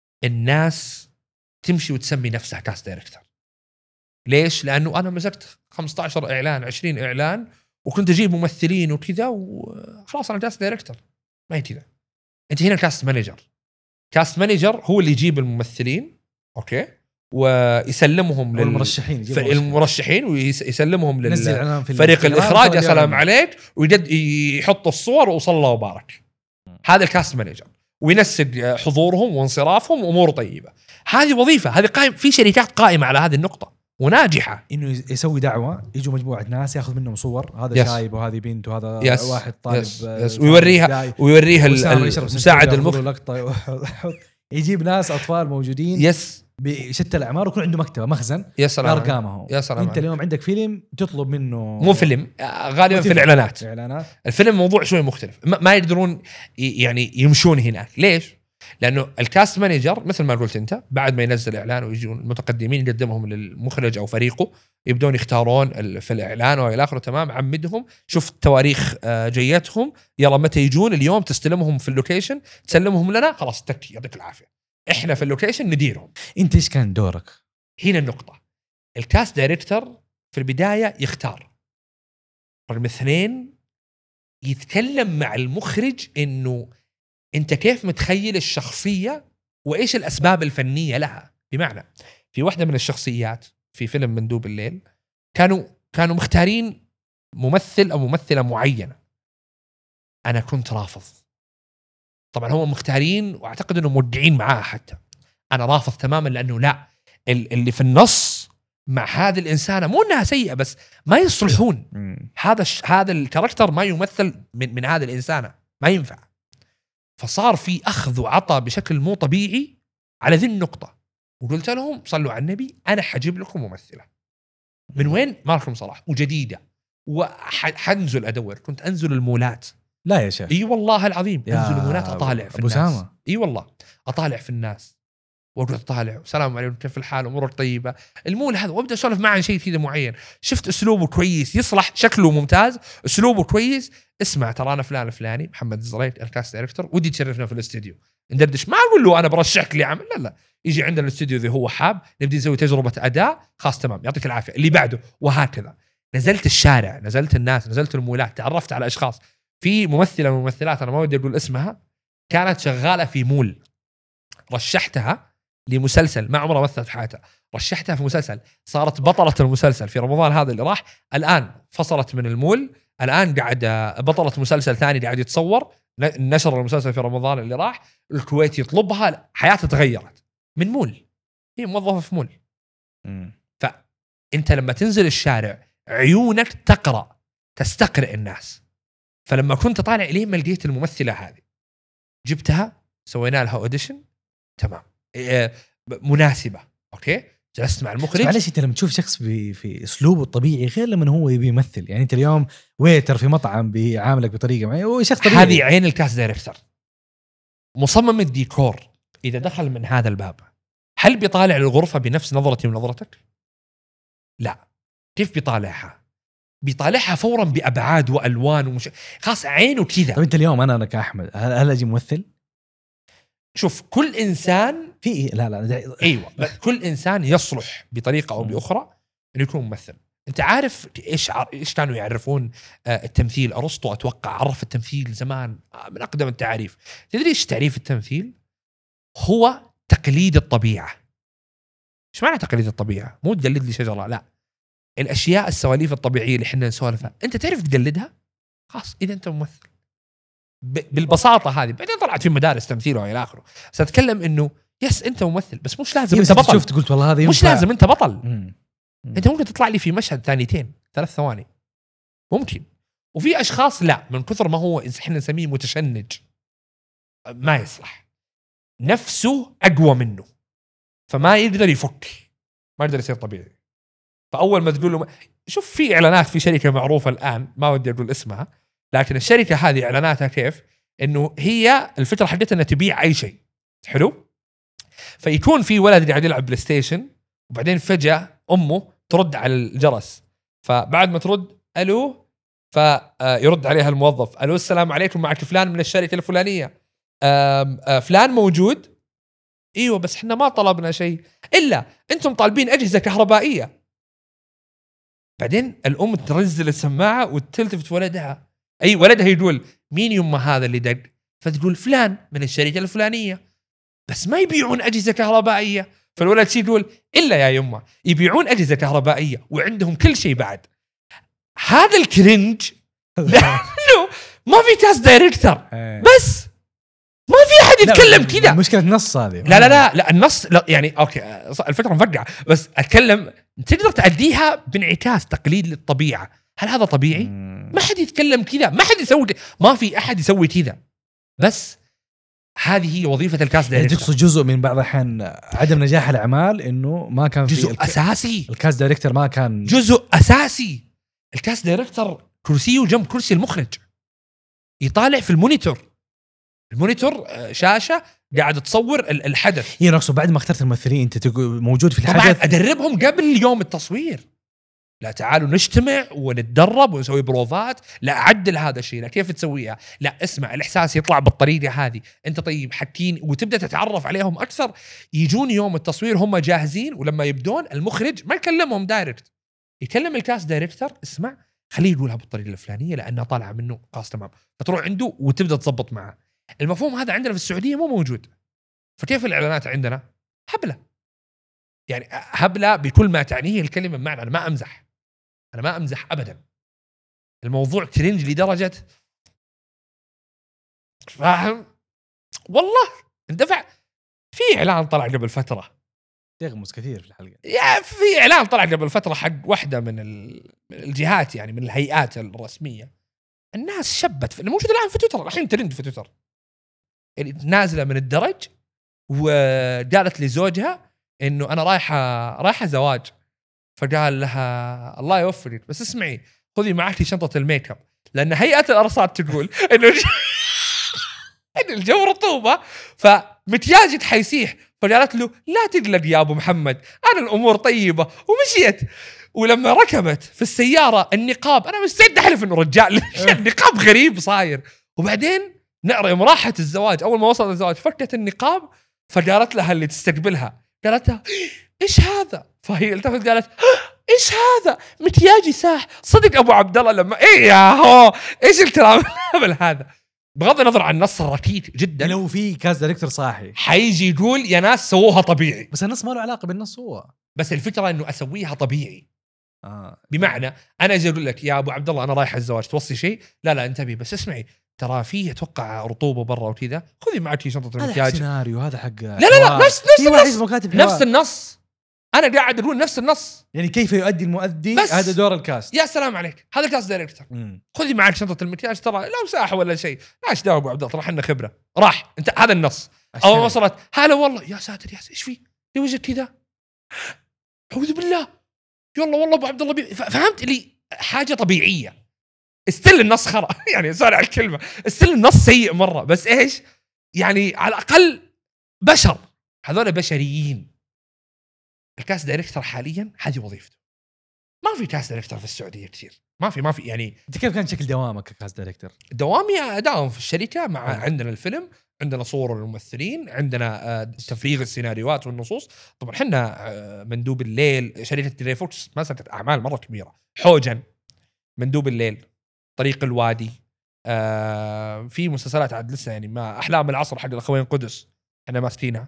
الناس تمشي وتسمي نفسها كاست دايركتور. ليش؟ لانه انا مسكت خمسة عشر اعلان عشرين اعلان وكنت اجيب ممثلين وكذا وخلاص انا كاست دايركتور. ما هي كذا، انت هنا كاست مانجر. كاست مانجر هو اللي يجيب الممثلين اوكي ويسلمهم للمرشحين، المرشحين ويسلمهم للفريق الاخراج، يا سلام عليك، ويجد يحط الصور وصلى وبارك. هذا الكاست مانجر، وينسق حضورهم وانصرافهم وامور طيبه. هذه وظيفه، هذه قائم في شركات قائمه على هذه النقطه وناجحه، انه يسوي دعوه، يجوا مجموعه ناس ياخذ منهم صور، هذا يس. شايب وهذه بنت وهذا يس. واحد طالب يس. يس. ويوريها ويوريها المساعد المخرج، يجيب ناس اطفال موجودين يس بشتى الاعمار ويكون عنده مكتبه مخزن ارقامهم. انت اليوم عندك فيلم تطلب منه، مو فيلم غالبا في الاعلانات. اعلانات الفيلم موضوع شوي مختلف، ما يقدرون يعني يمشون هناك. ليش؟ لانه الكاست مانجر مثل ما قلت انت بعد ما ينزل اعلان ويجون المتقدمين يقدمهم للمخرج او فريقه، يبدون يختارون في الاعلان والى اخره. تمام، عمدهم، شوف تواريخ جيتهم، يلا متى يجون، اليوم تستلمهم في اللوكيشن، تسلمهم لنا، خلاص تكفي، يعطيك العافيه، احنا في اللوكيشن نديرهم. انت ايش كان دورك هنا النقطه. الكاست دايركتور في البدايه يختار، رقم اثنين يتكلم مع المخرج انه انت كيف متخيل الشخصيه وايش الاسباب الفنيه لها. بمعنى في واحده من الشخصيات في فيلم مندوب الليل كانوا كانوا مختارين ممثل او ممثله معينه، انا كنت رافض. طبعا هم مختارين واعتقد انهم موقعين معاها، حتى انا رافض تماما، لانه لا، اللي في النص مع هذه الانسانه مو انها سيئه بس ما يصلحون. هذا هذا الكاركتر ما يمثل من من هذه الانسانه، ما ينفع. فصار في اخذ وعطاء بشكل مو طبيعي على ذي النقطه. وقلت لهم صلوا على النبي، انا حجيب لكم ممثله من وين ما لكم صلاح وجديده، وحنزل ادور. كنت انزل المولات، لا يا شيخ، اي والله العظيم انزل المولات اطالع في الناس. سامة. اي والله اطالع في الناس واقعد اطالع، السلام عليكم كيف الحال، امورك طيبه، المول هذا، وابدا اسولف معه عن شيء كذا معين. شفت اسلوبه كويس، يصلح، شكله ممتاز، اسلوبه كويس، اسمع ترى انا فلان الفلاني محمد الزريق الكاست دايركتور، ودي تشرفنا في الاستديو ندردش. ما اقول له انا برشحك لي عمل، لا لا، يجي عندنا الاستديو اذا هو حاب، نبدي نسوي تجربه اداء، خلاص تمام، يعطيك العافيه، اللي بعده، وهكذا. نزلت الشارع، نزلت الناس، نزلت المولات، تعرفت على اشخاص. في ممثله من الممثلات انا ما ودي اقول اسمها، كانت شغاله في مول، رشحتها لمسلسل ما عمرها مثلت في حياتها، رشحتها في مسلسل، صارت بطلة المسلسل في رمضان هذا اللي راح. الآن فصلت من المول، الآن قاعد بطلة مسلسل ثاني قاعد يتصور، نشر المسلسل في رمضان اللي راح، الكويت يطلبها، حياتها تغيرت من مول، هي موظفة في مول. م. فأنت لما تنزل الشارع عيونك تقرأ، تستقرئ الناس. فلما كنت طالع إليه ما لقيت الممثلة هذه، جبتها، سوينا لها أوديشن، تمام، مناسبة، اوكي، جلست مع المخرج. معلش انت لما تشوف شخص في اسلوبه الطبيعي غير لما هو يبي يمثل، يعني انت اليوم ويتر في مطعم بيعاملك بطريقه معينه، هو شخص طبيعي. هذه عين الكاست دايركتور. مصمم الديكور اذا دخل من هذا الباب هل بيطالع الغرفه بنفس نظرتي ونظرتك؟ لا. كيف بيطالعها؟ بيطالعها فورا بابعاد والوان ومش خاص عينه كذا. طب انت اليوم انا انا كاحمد هل, هل اجي ممثل؟ شوف كل انسان في إيه؟ لا لا دع... ايوه كل انسان يصلح بطريقه او باخرى انه يكون ممثل. انت عارف ايش ع... ايش كانوا يعرفون آه التمثيل؟ ارسطو اتوقع عرف التمثيل زمان آه من اقدم التعاريف. تدري ايش تعريف التمثيل؟ هو تقليد الطبيعه. ايش معنى تقليد الطبيعه؟ مو تقلد لي شجره، لا، الاشياء السواليف الطبيعيه اللي احنا نسولفها انت تعرف تقلدها، خلاص اذا انت ممثل ب... بالبساطه هذه. بعدين طلعت في مدارس تمثيل والى اخره. ساتكلم انه يس انت ممثل بس مش لازم انت بطل. شفت قلت والله هذا مش لازم انت بطل. مم. مم. انت ممكن تطلع لي في مشهد ثانيتين ثلاث ثواني ممكن. وفي اشخاص لا، من كثر ما هو احنا نسميه متشنج ما يصلح، نفسه اقوى منه فما يقدر يفك، ما يقدر يصير طبيعي. فاول ما تقول له ما... شوف في اعلانات في شركه معروفه الان ما ودي اقول اسمها، لكن الشركه هذه اعلاناتها كيف انه هي الفكره حقتها انها تبيع اي شيء حلو. فيكون في ولد قاعد يلعب بلاي ستيشن وبعدين فجاه امه ترد على الجرس، فبعد ما ترد الو فيرد عليها الموظف الو السلام عليكم معك فلان من الشركه الفلانيه، فلان موجود؟ ايوه بس احنا ما طلبنا شيء الا انتم طالبين اجهزه كهربائيه. بعدين الام تنزل السماعه وتلتفت ولدها، اي ولدها يقول مين يما هذا اللي دق؟ فتقول فلان من الشركه الفلانيه بس ما يبيعون اجهزه كهربائيه. فالولد شي يقول الا يا يما يبيعون اجهزه كهربائيه وعندهم كل شيء بعد. هذا الكرنج لانه ما في كاست دايركتور بس ما في احد يتكلم كذا. مشكله النص هذه. لا لا لا لا النص لا يعني اوكي الفكره مفقعه بس اتكلم تقدر تأديها بانعكاس تقليد للطبيعه. هل هذا طبيعي؟ ما حد يتكلم كذا، ما حد يسوي، ما في احد يسوي كذا. بس هذه هي وظيفه الكاست دايركتور. تقصد جزء من بعض الأحيان عدم نجاح الأعمال إنه ما كان في جزء الك... اساسي. الكاست دايركتور ما كان جزء اساسي. الكاست دايركتور كرسيه جنب كرسي المخرج يطالع في المونيتور. المونيتور شاشه قاعد تصور الحدث. هي نقصد بعد ما اخترت الممثلين انت موجود في الحدث. طبعا ادربهم قبل يوم التصوير. لا تعالوا نجتمع ونتدرب ونسوي بروفات، لا اعدل هذا الشيء، لا كيف تسويها، لا اسمع الاحساس يطلع بالطريقه هذه، انت طيب حكين وتبدا تتعرف عليهم اكثر. يجون يوم التصوير هم جاهزين، ولما يبدون المخرج ما يكلمهم دايركت، يكلم الكاست دايركتور اسمع خليه يقولها بالطريقه الفلانيه لانها طالعه منه قاس تمام، فتروح عنده وتبدا تضبط معه. المفهوم هذا عندنا في السعوديه مو موجود. فكيف الاعلانات عندنا هبله، يعني هبله بكل ما تعنيه الكلمه بمعنى. انا ما امزح، انا ما امزح ابدا. الموضوع كرنج لدرجه فاهم والله اندفع. في اعلان طلع قبل فتره تغمس كثير في الحلقه، يا في اعلان طلع قبل فتره حق واحده من الجهات يعني من الهيئات الرسميه. الناس شبت في موجود الان في تويتر، الحين ترند في تويتر، يعني نازله من الدرج وقالت لزوجها انه انا رايحه رايحه زواج، فقال لها الله يوفقك بس اسمعي خذي معك شنطه الميك اب لان هيئه الارصاد تقول انه ان الجو رطوبه فمكياجك حيسيح. فقالت له لا تقلق يا ابو محمد انا الامور طيبه، ومشيت. ولما ركبت في السياره النقاب، انا مستعد احلف انه رجال النقاب غريب صاير. وبعدين نقرا يوم راحت الزواج، اول ما وصلت الزواج فكت النقاب، فقالت لها اللي تستقبلها قالت لها ايش هذا؟ فهي التفت قالت ايش هذا؟ مكياجي ساح. صدق ابو عبد الله لما ايه يا هو ايش الكلام الهبل هذا؟ بغض النظر عن النص الركيك جدا، لو في كاست دايركتور صاحي حيجي يقول يا ناس سووها طبيعي، بس النص ما له علاقه بالنص هو. بس الفكره انه اسويها طبيعي. آه. بمعنى انا اجي اقول لك يا ابو عبد الله انا رايح الزواج توصي شيء، لا لا انتبه بس اسمعي ترى فيه اتوقع رطوبه برا وكذا، خذي معك شنطه المكياج. هذا سيناريو هذا حق لا لا لا نفس نفس النص نفس النص انا قاعد اقول نفس النص. يعني كيف يؤدي المؤدي هذا دور الكاست. يا سلام عليك هذا كاست دايركتور. خذي معك شنطه المكياج ترى لو ساحه ولا شيء لاش دعوه ابو عبد الله ترى احنا خبره. راح انت هذا النص. اول ما وصلت هلا والله يا ساتر يا ساتر ايش في ليه وجهك كذا اعوذ بالله يلا والله ابو عبد الله بي... فهمت لي حاجه طبيعيه. استل النص خرا يعني سوري على الكلمه، استل النص سيء مره، بس ايش يعني على الاقل بشر، هذول بشريين. الكاست دايركتور حاليا هذه وظيفته، ما في كاست دايركتور في السعوديه كثير، ما في ما في يعني. انت كيف كان شكل دوامك ككاست دايركتور؟ دوامي ادائهم في الشركه مع أه. عندنا الفيلم، عندنا صور الممثلين، عندنا تفريغ السيناريوهات والنصوص. طبعا احنا مندوب الليل، شركه دري فوكس مسكت اعمال مره كبيره، حوجن، مندوب الليل، طريق الوادي، آه في مسلسلات عاد لسه يعني ما احلام العصر حق الاخوين قدس احنا ماسكينها.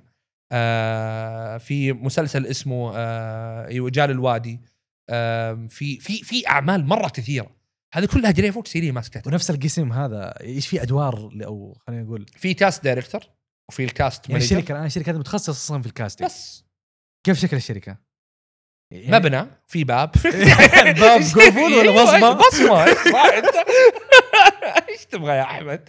آه في مسلسل اسمه آه رجال الوادي. آه في في في اعمال مره كثيره، هذه كلها دري فوكس هي ماسكتها. ونفس القسم هذا ايش في ادوار او خلينا نقول في كاست دايركتور وفي الكاست يعني مانجر. الشركه الان الشركه هذه متخصصه اصلا في الكاستنج. بس كيف شكل الشركه؟ يعني مبنى في باب باب قفل ولا بصمه؟ بصمه ايش انت ايش تبغى يا احمد؟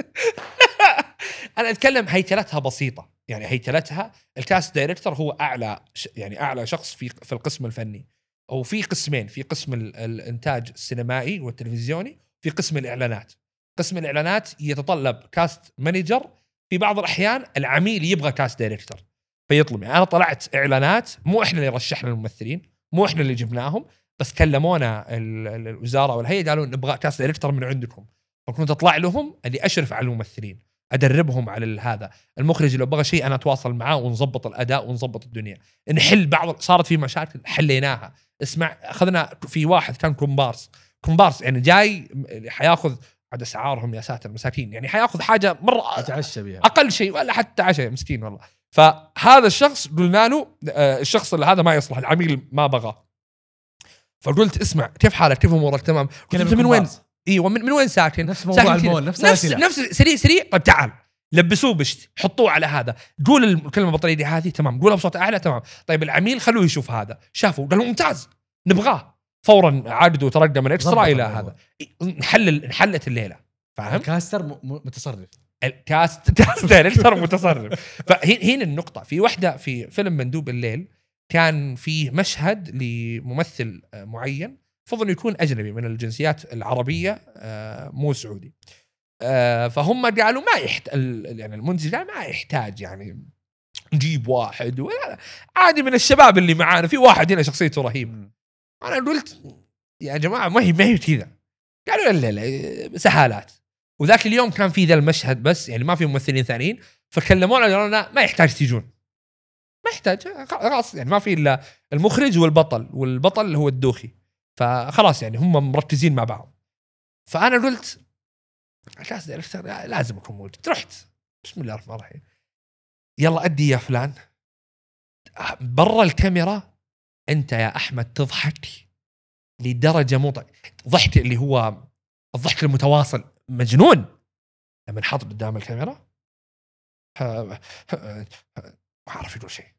انا اتكلم هيكلتها بسيطه، يعني هيكلتها الكاست دايركتور هو اعلى يعني اعلى شخص في في القسم الفني، او في قسمين، في قسم الانتاج السينمائي والتلفزيوني، في قسم الاعلانات. قسم الاعلانات يتطلب كاست مانجر، في بعض الاحيان العميل يبغى كاست دايركتور فيطلب. يعني انا طلعت اعلانات مو احنا اللي رشحنا الممثلين، مو احنا اللي جبناهم، بس كلمونا الوزاره والهيئه قالوا نبغى كاست دايركتور من عندكم، فكنت اطلع لهم اللي اشرف على الممثلين، ادربهم على هذا. المخرج لو بغى شيء انا اتواصل معاه ونظبط الاداء ونظبط الدنيا، نحل بعض صارت في مشاكل حليناها. اسمع اخذنا في واحد كان كومبارس كومبارس يعني جاي حياخذ عاد اسعارهم يا ساتر مساكين، يعني حياخذ حاجه مره اتعشى بها اقل شيء ولا حتى عشاء مسكين والله. فهذا الشخص قلنا له آه الشخص اللي هذا ما يصلح، العميل ما بغى. فقلت اسمع كيف حالك كيف امورك تمام؟ قلت من وين؟ ايوه من, من وين ساكن؟ نفس موضوع المول، نفس نفس, نفس سريع سريع. طيب تعال لبسوه بشت، حطوه على هذا، قول الكلمه بالطريقه هذه تمام، قولها بصوت اعلى تمام. طيب العميل خلوه يشوف هذا، شافوا قالوا ممتاز نبغاه، فورا عادوا ترقى من اكسترا الى هذا. نحلل نحلت الليله، فاهم؟ الكاستر م- متصرف، الكاست كاست دايركتور متصرف. فهنا النقطه، في وحده في فيلم مندوب الليل كان فيه مشهد لممثل معين فضل يكون اجنبي من الجنسيات العربيه مو سعودي. فهم قالوا ما يحتاج يعني المنتج ما يحتاج يعني نجيب واحد ولا عادي من الشباب اللي معانا، في واحد هنا شخصيته رهيب. انا قلت يا جماعه ما هي ما هي كذا. قالوا لا لا سهالات. وذاك اليوم كان في ذا المشهد بس، يعني ما في ممثلين ثانيين، فكلمونا قالوا لنا ما يحتاج تيجون، ما يحتاج خلاص، يعني ما في الا المخرج والبطل، والبطل هو الدوخي، فخلاص يعني هم مركزين مع بعض. فانا قلت الكاست دايركتور لازم اكون موجود. رحت بسم الله الرحمن الرحيم، يلا ادي يا فلان برا الكاميرا انت يا احمد تضحك لدرجه مو ضحك اللي هو الضحك المتواصل مجنون. لما نحط قدام الكاميرا ما اعرف يقول شيء.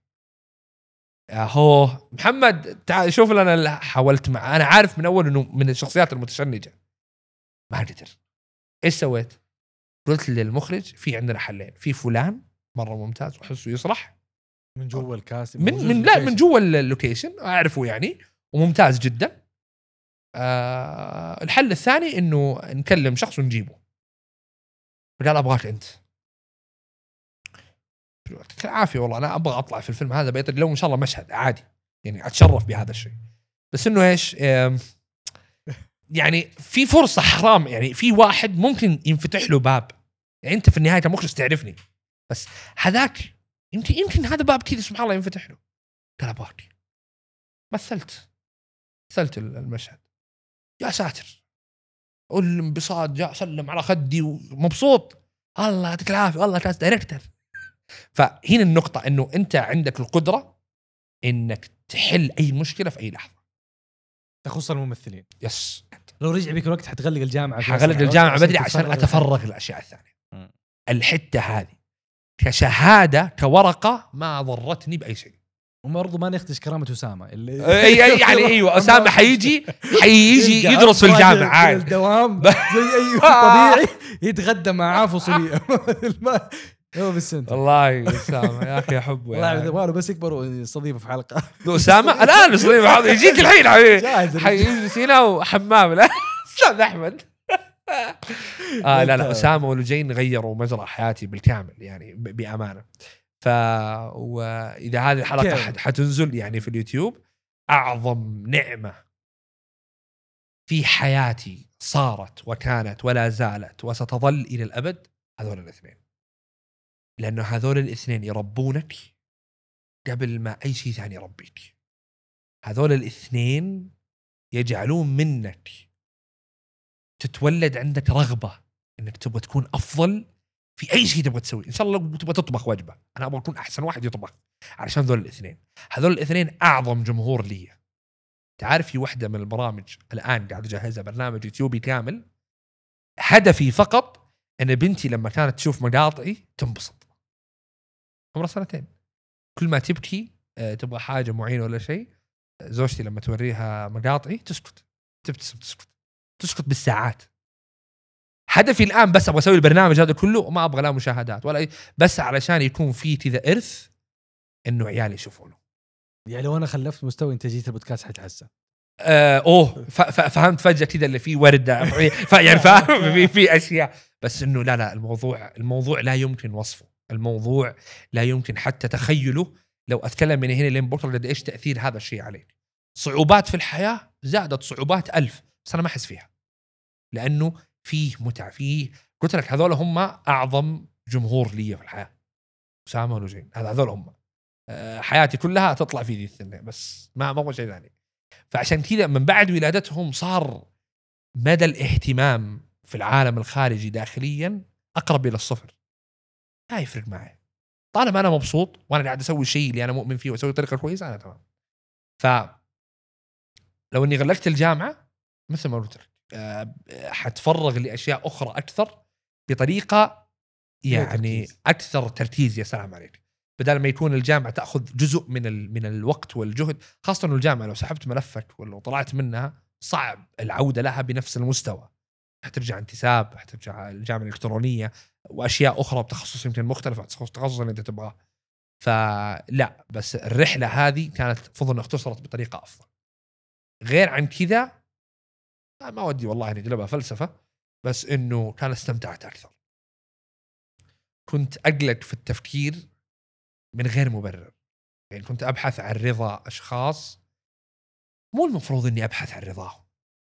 اهو محمد تعال شوف لنا، حاولت معه انا عارف من اول انه من الشخصيات المتشنجه، ما قدر. ايش سويت؟ قلت للمخرج في عندنا حلين، في فلان مره ممتاز وحسه يصلح من جوا الكاست من من لا من جوا اللوكيشن اعرفه يعني وممتاز جدا. آه الحل الثاني انه نكلم شخص ونجيبه. قال ابغاك انت. عافية والله انا ابغى اطلع في الفيلم هذا بيطلع لو ان شاء الله مشهد عادي، يعني اتشرف بهذا الشيء، بس انه ايش يعني في فرصة حرام، يعني في واحد ممكن ينفتح له باب، يعني انت في النهاية كمخرج تعرفني، بس هذاك يمكن يمكن هذا باب كذا سبحان الله ينفتح له. قال ابغاك. مثلت مثلت المشهد يا ساتر، والانبساط جاء سلم على خدي ومبسوط، الله يعطيك العافية والله كاست دايركتور. فهنا النقطة انه انت عندك القدرة انك تحل اي مشكلة في اي لحظة تخص الممثلين. يس لو رجع بك الوقت حتغلق الجامعة، حغلق الجامعة بدري عشان اتفرغ الاشياء الثانية. م. الحتة هذه كشهادة كورقة ما ضرتني باي شيء. وبرضه ما نخدش كرامة أسامة اللي يعني ايوه أسامة حيجي حيجي يدرس في الجامعة عادي الدوام زي اي طبيعي يتغدى معاه فصولية هو بالسنت. والله أسامة يا أخي أحبه والله يبغى له بس يكبر ويستضيفه في حلقة. أسامة الآن نستضيفه حاضر يجيك الحين حبيبي حيجلس هنا وحمام لا أستاذ أحمد. آه لا لا أسامة ولجين غيروا مجرى حياتي بالكامل يعني بأمانة. ف وإذا هذه الحلقة حتنزل يعني في اليوتيوب أعظم نعمة في حياتي صارت وكانت ولا زالت وستظل إلى الأبد هذول الاثنين، لأنه هذول الاثنين يربونك قبل ما أي شيء ثاني يربيك. هذول الاثنين يجعلون منك تتولد عندك رغبة إنك تبغى تكون أفضل في أي شيء تبغى تسوي. إن شاء الله تبغى تطبخ وجبة، أنا أبغى أكون أحسن واحد يطبخ، علشان ذول الاثنين. هذول الاثنين أعظم جمهور لي. تعرف في واحدة من البرامج الآن قاعد أجهزها، برنامج يوتيوبي كامل، هدفي فقط أن بنتي لما كانت تشوف مقاطعي تنبسط. عمرها سنتين، كل ما تبكي تبغى حاجة معينة ولا شيء، زوجتي لما توريها مقاطعي تسكت، تبتسم تسكت تسكت بالساعات. هدفي الآن بس أبغى أسوي البرنامج هذا كله وما أبغى لا مشاهدات ولا أي، بس علشان يكون في كذا إرث إنه عيالي يشوفونه. يعني لو أنا خلفت مستوى إنتاجية البودكاست حيتحسن. آه أوه فهمت فجأة كذا اللي فيه وردة يعني فاهم في في أشياء، بس إنه لا لا الموضوع الموضوع لا يمكن وصفه، الموضوع لا يمكن حتى تخيله. لو أتكلم من هنا لين بكرة قد إيش تأثير هذا الشيء عليك. صعوبات في الحياة زادت صعوبات ألف، بس أنا ما أحس فيها لأنه فيه متعة. فيه قلت لك هذول هم أعظم جمهور لي في الحياة، أسامة ولوجين، هذا هذول هم حياتي كلها تطلع في ذي الاثنين بس، ما ما شيء ثاني. فعشان كذا من بعد ولادتهم صار مدى الاهتمام في العالم الخارجي داخليا أقرب إلى الصفر. لا يفرق معي طالما أنا مبسوط وأنا قاعد أسوي الشيء اللي أنا مؤمن فيه وأسوي طريقة كويسة، أنا تمام. فلو إني غلقت الجامعة مثل ما قلت لك أه حتفرغ لأشياء أخرى أكثر بطريقة يعني تركيز. أكثر تركيز. يا سلام عليك. بدل ما يكون الجامعة تأخذ جزء من من الوقت والجهد، خاصة إنه الجامعة لو سحبت ملفك ولو طلعت منها صعب العودة لها بنفس المستوى. حترجع انتساب، حترجع الجامعة الإلكترونية وأشياء أخرى بتخصص يمكن مختلفة عن تخصص اللي أنت تبغاه. فلا بس الرحلة هذه كانت فضل اختصرت بطريقة أفضل. غير عن كذا ما ودي والله إني أقلبها فلسفة، بس إنه كان استمتعت أكثر. كنت أقلق في التفكير من غير مبرر، يعني كنت أبحث عن رضا أشخاص مو المفروض إني أبحث عن رضاهم.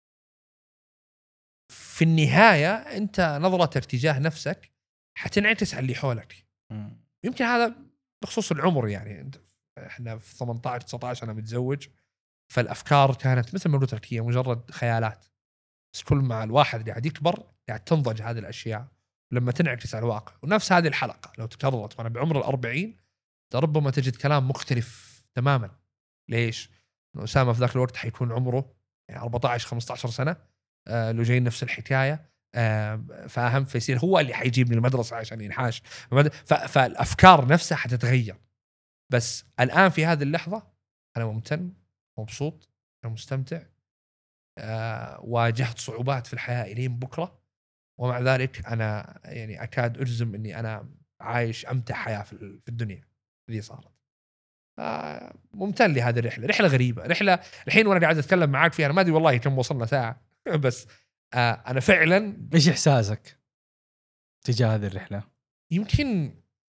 في النهاية أنت نظرتك تجاه نفسك حتنعكس على اللي حولك. يمكن هذا بخصوص العمر، يعني إحنا في ثمانية عشر تسعة عشر أنا متزوج، فالأفكار كانت مثل ما قلت لك هي مجرد خيالات، بس كل ما الواحد قاعد يكبر قاعد تنضج هذه الأشياء لما تنعكس على الواقع. ونفس هذه الحلقة لو تكررت وأنا بعمر الأربعين ربما تجد كلام مختلف تماما. ليش؟ أسامة في ذاك الوقت حيكون عمره يعني أربعة عشر خمسة عشر سنة، آه لو جايين نفس الحكاية، آه فاهم، فيصير هو اللي حيجيبني المدرسة عشان ينحاش. فالأفكار نفسها حتتغير. بس الآن في هذه اللحظة أنا ممتن، مبسوط، أنا مستمتع. آه واجهت صعوبات في الحياة إلين بكرة، ومع ذلك أنا يعني أكاد أجزم أني أنا عايش أمتع حياة في الدنيا ذي صارت. آه ممتن لهذه الرحلة. رحلة غريبة، رحلة الحين وأنا قاعد أتكلم معاك فيها أنا ما أدري والله كم وصلنا ساعة بس آه أنا فعلا. إيش إحساسك تجاه هذه الرحلة؟ يمكن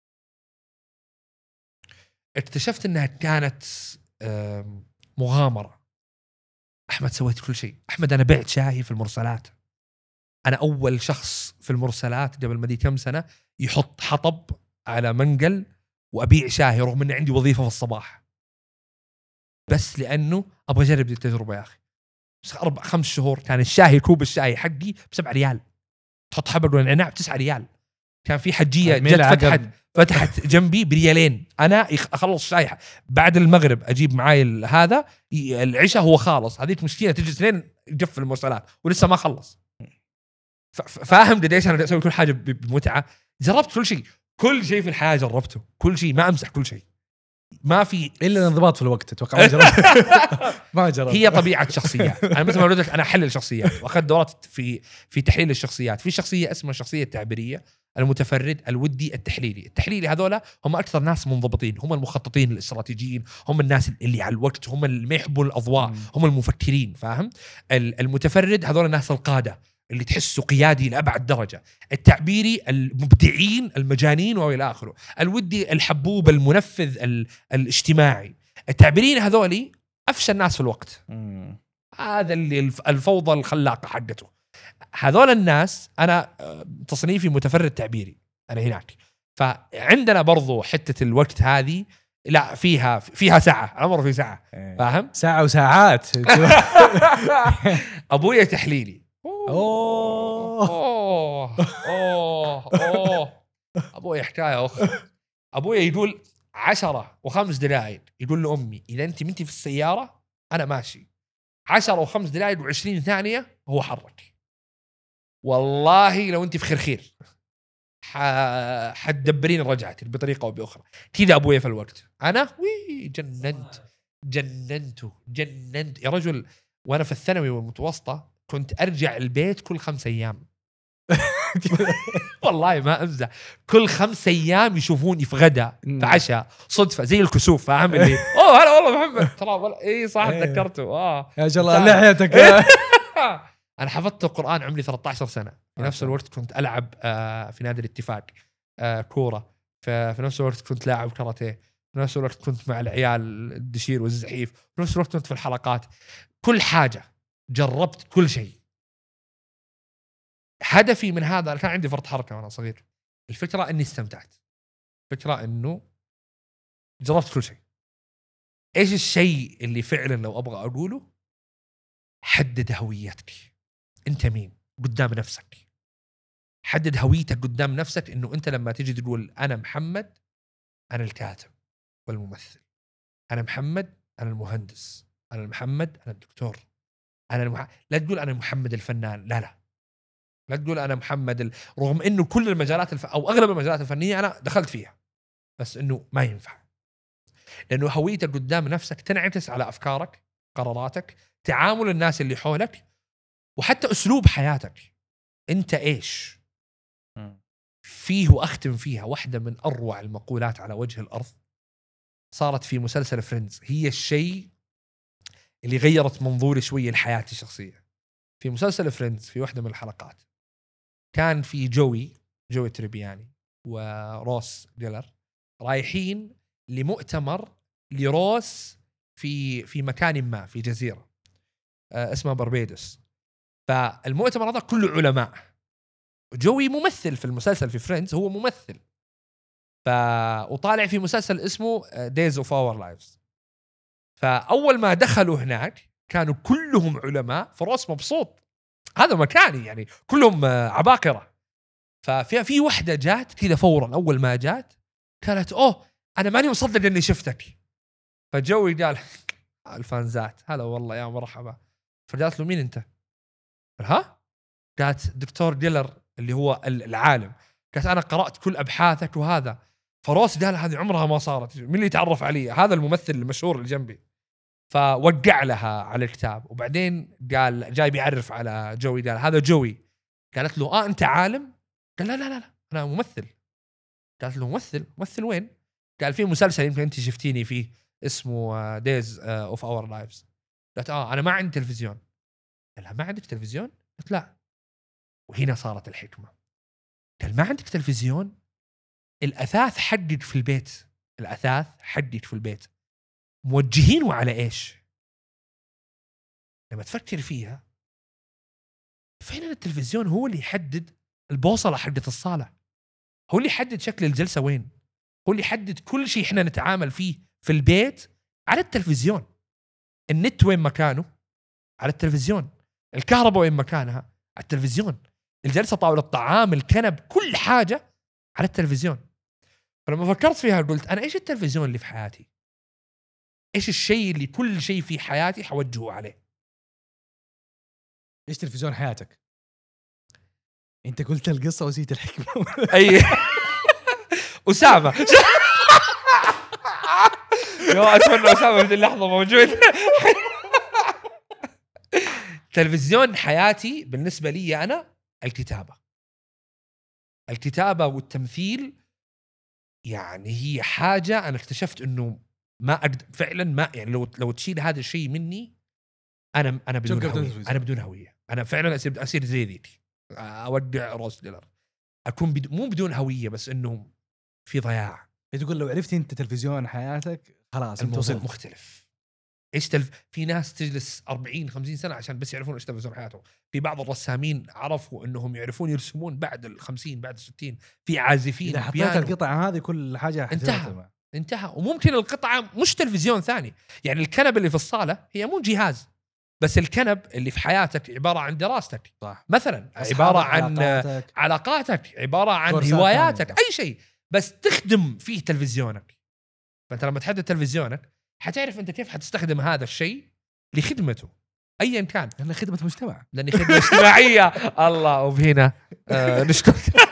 اكتشفت أنها كانت آه مغامرة. أحمد سويت كل شيء. أحمد أنا بعت شاهي في المرسلات، أنا أول شخص في المرسلات قبل ما دي كم سنة يحط حطب على منقل وأبيع شاهي رغم أني عندي وظيفة في الصباح، بس لأنه أبغى أجرب التجربة. يا أخي بس أربع خمس شهور كان الشاهي كوب الشاي حقي بسبع ريال، تحط حبل والعناع بتسعة ريال. كان في حجية جت فتحت فتحت جنبي بريالين. أنا أخلص شاي بعد المغرب أجيب معاي هذا العشاء هو خالص. هذيك مشكلة تجي اثنين يقفل المرسلات ولسه ما خلص. فاهم قديش أنا أسوي كل حاجة بمتعة. جربت كل شيء، كل شيء في الحياة جربته، كل شيء، ما أمزح، كل شيء، ما في إلا الانضباط في الوقت. أتوقع ما جربت ما جربت. هي طبيعة شخصيات. أنا مثل ما قلت لك أنا أحلل شخصيات وأخذت دورات في في تحليل الشخصيات. في شخصية اسمها الشخصية التعبيرية، المتفرد، الودي، التحليلي. التحليلي هذولا هم أكثر ناس منضبطين، هم المخططين الاستراتيجيين، هم الناس اللي على الوقت، هم اللي ما يحبون الأضواء، هم المفكرين، فاهم. المتفرد هذول الناس القادة اللي تحسه قيادي لأبعد درجة. التعبيري المبدعين المجانين وإلى آخره. الودي الحبوب المنفذ الاجتماعي. التعبيريين هذولي أفشل الناس في الوقت. هذا اللي الف- الفوضى الخلاقه حقته. هذول الناس انا آه، تصنيفي متفرد تعبيري انا هناك. فعندنا برضو حته الوقت هذه لا فيها فيها ساعه، الامر في ساعه، فاهم؟ ساعة وساعات. ابويا تحليلي أوه. اوه اوه اوه ابويا حكايه اخرى. ابويا يقول عشرة وخمس دقائق يقول لامي اذا انت منتي في السياره انا ماشي، عشرة وخمس دقائق وعشرين ثانيه هو حرك. والله لو انت في خير خير ح- حتدبرين رجعتي بطريقه او باخرى. كذا ابويا في الوقت. انا وي جننت جننته جننت يا رجل. وانا في الثانوي والمتوسطه كنت ارجع البيت كل خمس ايام. والله ما امزح، كل خمس ايام يشوفوني في غدا في عشاء صدفه زي الكسوف، فاهم اللي اوه هلا والله محمد ترى والله اي صح تذكرته اه يا شاء الله لحيتك. انا حفظت القران عمري ثلاثة عشر سنه. في نفس الوقت كنت العب آه في نادي الاتفاق آه كوره، في نفس الوقت كنت لاعب كاراتيه، في نفس الوقت كنت مع العيال الدشير والزحيف، في نفس الوقت كنت في الحلقات. كل حاجه جربت كل شيء. هدفي من هذا، أنا كان عندي فرط حركه وانا صغير. الفكره اني استمتعت، الفكره انه جربت كل شيء. ايش الشيء اللي فعلا لو ابغى اقوله؟ حدد هويتك. انت مين قدام نفسك؟ حدد هويتك قدام نفسك. انه انت لما تيجي تقول انا محمد، انا الكاتب والممثل، انا محمد انا المهندس، انا محمد انا الدكتور، انا المح... لا تقول انا محمد الفنان، لا لا لا تقول انا محمد ال... رغم انه كل المجالات الف... او اغلب المجالات الفنيه انا دخلت فيها، بس انه ما ينفع. لانه هويتك قدام نفسك تنعكس على افكارك، قراراتك، تعامل الناس اللي حولك، وحتى اسلوب حياتك. انت ايش فيه؟ واختم فيها واحده من اروع المقولات على وجه الارض، صارت في مسلسل فريندز، هي الشيء اللي غيرت منظوري شويه لحياتي الشخصيه. في مسلسل فريندز في واحده من الحلقات كان في جوي جوي تريبياني وروس جيلر رايحين لمؤتمر لروس في في مكان ما في جزيره آه اسمها بربيدوس. فالمؤتمر هذا كله علماء. جوي ممثل في المسلسل في فريندز، هو ممثل. ف وطالع في مسلسل اسمه دايز اوف اور لايفز. فاول ما دخلوا هناك كانوا كلهم علماء، فروس مبسوط هذا مكاني يعني كلهم عباقره. ففي في وحده جات كذا فورا اول ما جات قالت اوه انا ماني مصدق اني شفتك. فجوي قال الفانزات هلا والله يا مرحبا. فقالت له مين انت؟ قال ها؟ قالت دكتور ديلر اللي هو العالم. قالت انا قرات كل ابحاثك وهذا. فروس قال هذه عمرها ما صارت، مين اللي يتعرف علي؟ هذا الممثل المشهور اللي جنبي. فوقع لها على الكتاب. وبعدين قال جاي بيعرف على جوي، قال هذا جوي. قالت له اه انت عالم؟ قال لا لا لا, لا انا ممثل. قالت له ممثل؟ ممثل وين؟ قال في مسلسل يمكن انت شفتيني فيه اسمه دايز اوف اور لايفز. قالت اه انا ما عندي تلفزيون. قال لها ما عندك تلفزيون؟ قالت لا. وهنا صارت الحكمه. قال ما عندك تلفزيون؟ الاثاث حقك في البيت، الاثاث حقك في البيت موجهينه على ايش؟ لما تفكر فيها فعلا التلفزيون هو اللي يحدد البوصله حقت الصاله، هو اللي يحدد شكل الجلسه وين، هو اللي يحدد كل شيء احنا نتعامل فيه في البيت على التلفزيون. النت وين مكانه؟ على التلفزيون. الكهرباء وين مكانها؟ على التلفزيون. الجلسه، طاوله الطعام، الكنب، كل حاجه على التلفزيون. فلما فكرت فيها قلت انا ايش التلفزيون اللي في حياتي؟ ايش الشيء اللي كل شيء في حياتي حوجهه عليه؟ ايش تلفزيون حياتك؟ انت قلت القصه وزيت الحكمه. اي اسامه يو اتمنى اسامه في اللحظه موجود. تلفزيون حياتي بالنسبه لي انا الكتابه. الكتابه والتمثيل يعني هي حاجه انا اكتشفت انه ما أقدر فعلا، ما يعني لو لو تشيل هذا الشيء مني انا انا بدون هويه. انا بدون هويه. انا فعلا اصير اصير زي ذيك، اودع روس ديلر، اكون بد... مو بدون هويه بس انه في ضياع. تقول لو عرفت انت تلفزيون حياتك خلاص انت وصلت. مختلف. ايش تلف... في ناس تجلس أربعين خمسين سنه عشان بس يعرفون ايش تلفزيون حياتهم. في بعض الرسامين عرفوا انهم يعرفون يرسمون بعد الخمسين بعد الستين. في عازفين اذا حطيت بيانو. القطعه هذه كل حاجه انتهى انتهى. وممكن القطعه مش تلفزيون ثاني، يعني الكنب اللي في الصاله هي مو جهاز، بس الكنب اللي في حياتك عباره عن دراستك صح. مثلا، عباره عن علاقاتك, علاقاتك عباره عن هواياتك، اي شيء بس تخدم فيه تلفزيونك. فانت لما تحدد تلفزيونك حتعرف انت كيف حتستخدم هذا الشيء لخدمته ايا كان، لأن خدمه مجتمع، لان خدمه اجتماعيه. الله. وبهنا آه نشكر.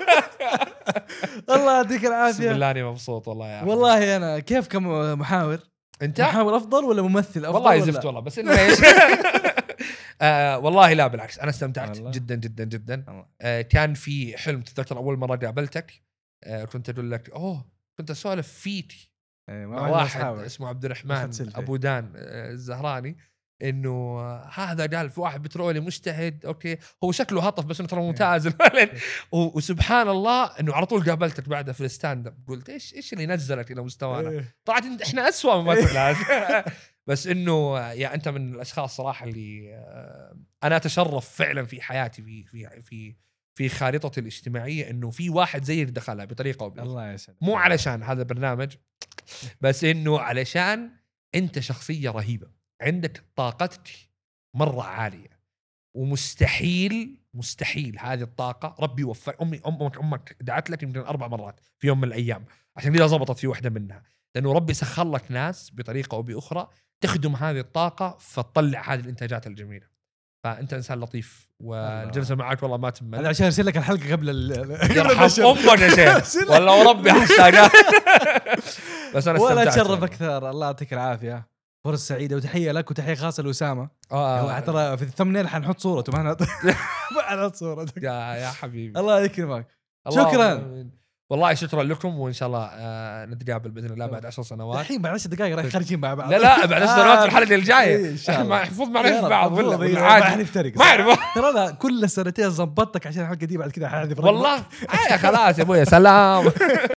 الله يعطيك العافيه. بالله اني مبسوط والله يا والله انا كيف كم محاور انت محاور افضل ولا ممثل افضل؟ والله زفت والله، بس انه ايش. آه والله لا بالعكس انا استمتعت والله. جدا جدا جدا. آه كان في حلم تتذكر اول مره قابلتك آه كنت اقول لك اوه كنت اسولف فيتي أي مع واحد اسمه عبد الرحمن ابو دان آه الزهراني، انه آه هذا قال في واحد بترولي مجتهد اوكي هو شكله هطف بس انه ترى ممتاز. وسبحان الله انه على طول قابلتك بعدها في الستاند اب قلت ايش ايش اللي نزلك الى مستوانا. طلعت احنا اسوأ من مثل. بس انه يا انت من الاشخاص صراحه اللي انا اتشرف فعلا في حياتي في في في في خارطتي الاجتماعيه انه في واحد زيك دخلها بطريقه وبأخرى. الله يسعدك. مو علشان هذا البرنامج بس انه علشان انت شخصيه رهيبه، عندك طاقتك مره عاليه، ومستحيل مستحيل هذه الطاقه ربي يوفق. امي امك امك دعت لك يمكن اربع مرات في يوم من الايام عشان كذا زبطت في واحده منها، لانه ربي سخر لك ناس بطريقه او باخرى تخدم هذه الطاقه فتطلع هذه الانتاجات الجميله. فانت انسان لطيف والجلسه معك والله ما تمل. هذا عشان ارسل لك الحلقه قبل ال يرحم امك يا شيخ والله وربي حساجات. بس انا ولا تشرف اكثر. الله يعطيك العافيه، فرصه سعيده، وتحيه لك وتحيه خاصه لاسامه. اه ترى في الثمنيل حنحط صورته ما نحط حنحط صورتك يا يا حبيبي. الله يكرمك. شكرا والله شكرا لكم، وان شاء الله آه نتقابل باذن الله بعد عشر سنوات. الحين بعد عشر دقائق راح خارجين مع بعض. لا لا بعد عشر سنوات في الحلقه الجايه ان شاء الله المفروض ما نعرف بعض ولا عادي نفترق. ما اعرف ترى كل سنتين ظبطتك عشان الحلقه دي بعد كذا حاحذف والله. آه خلاص يا ابويا سلام.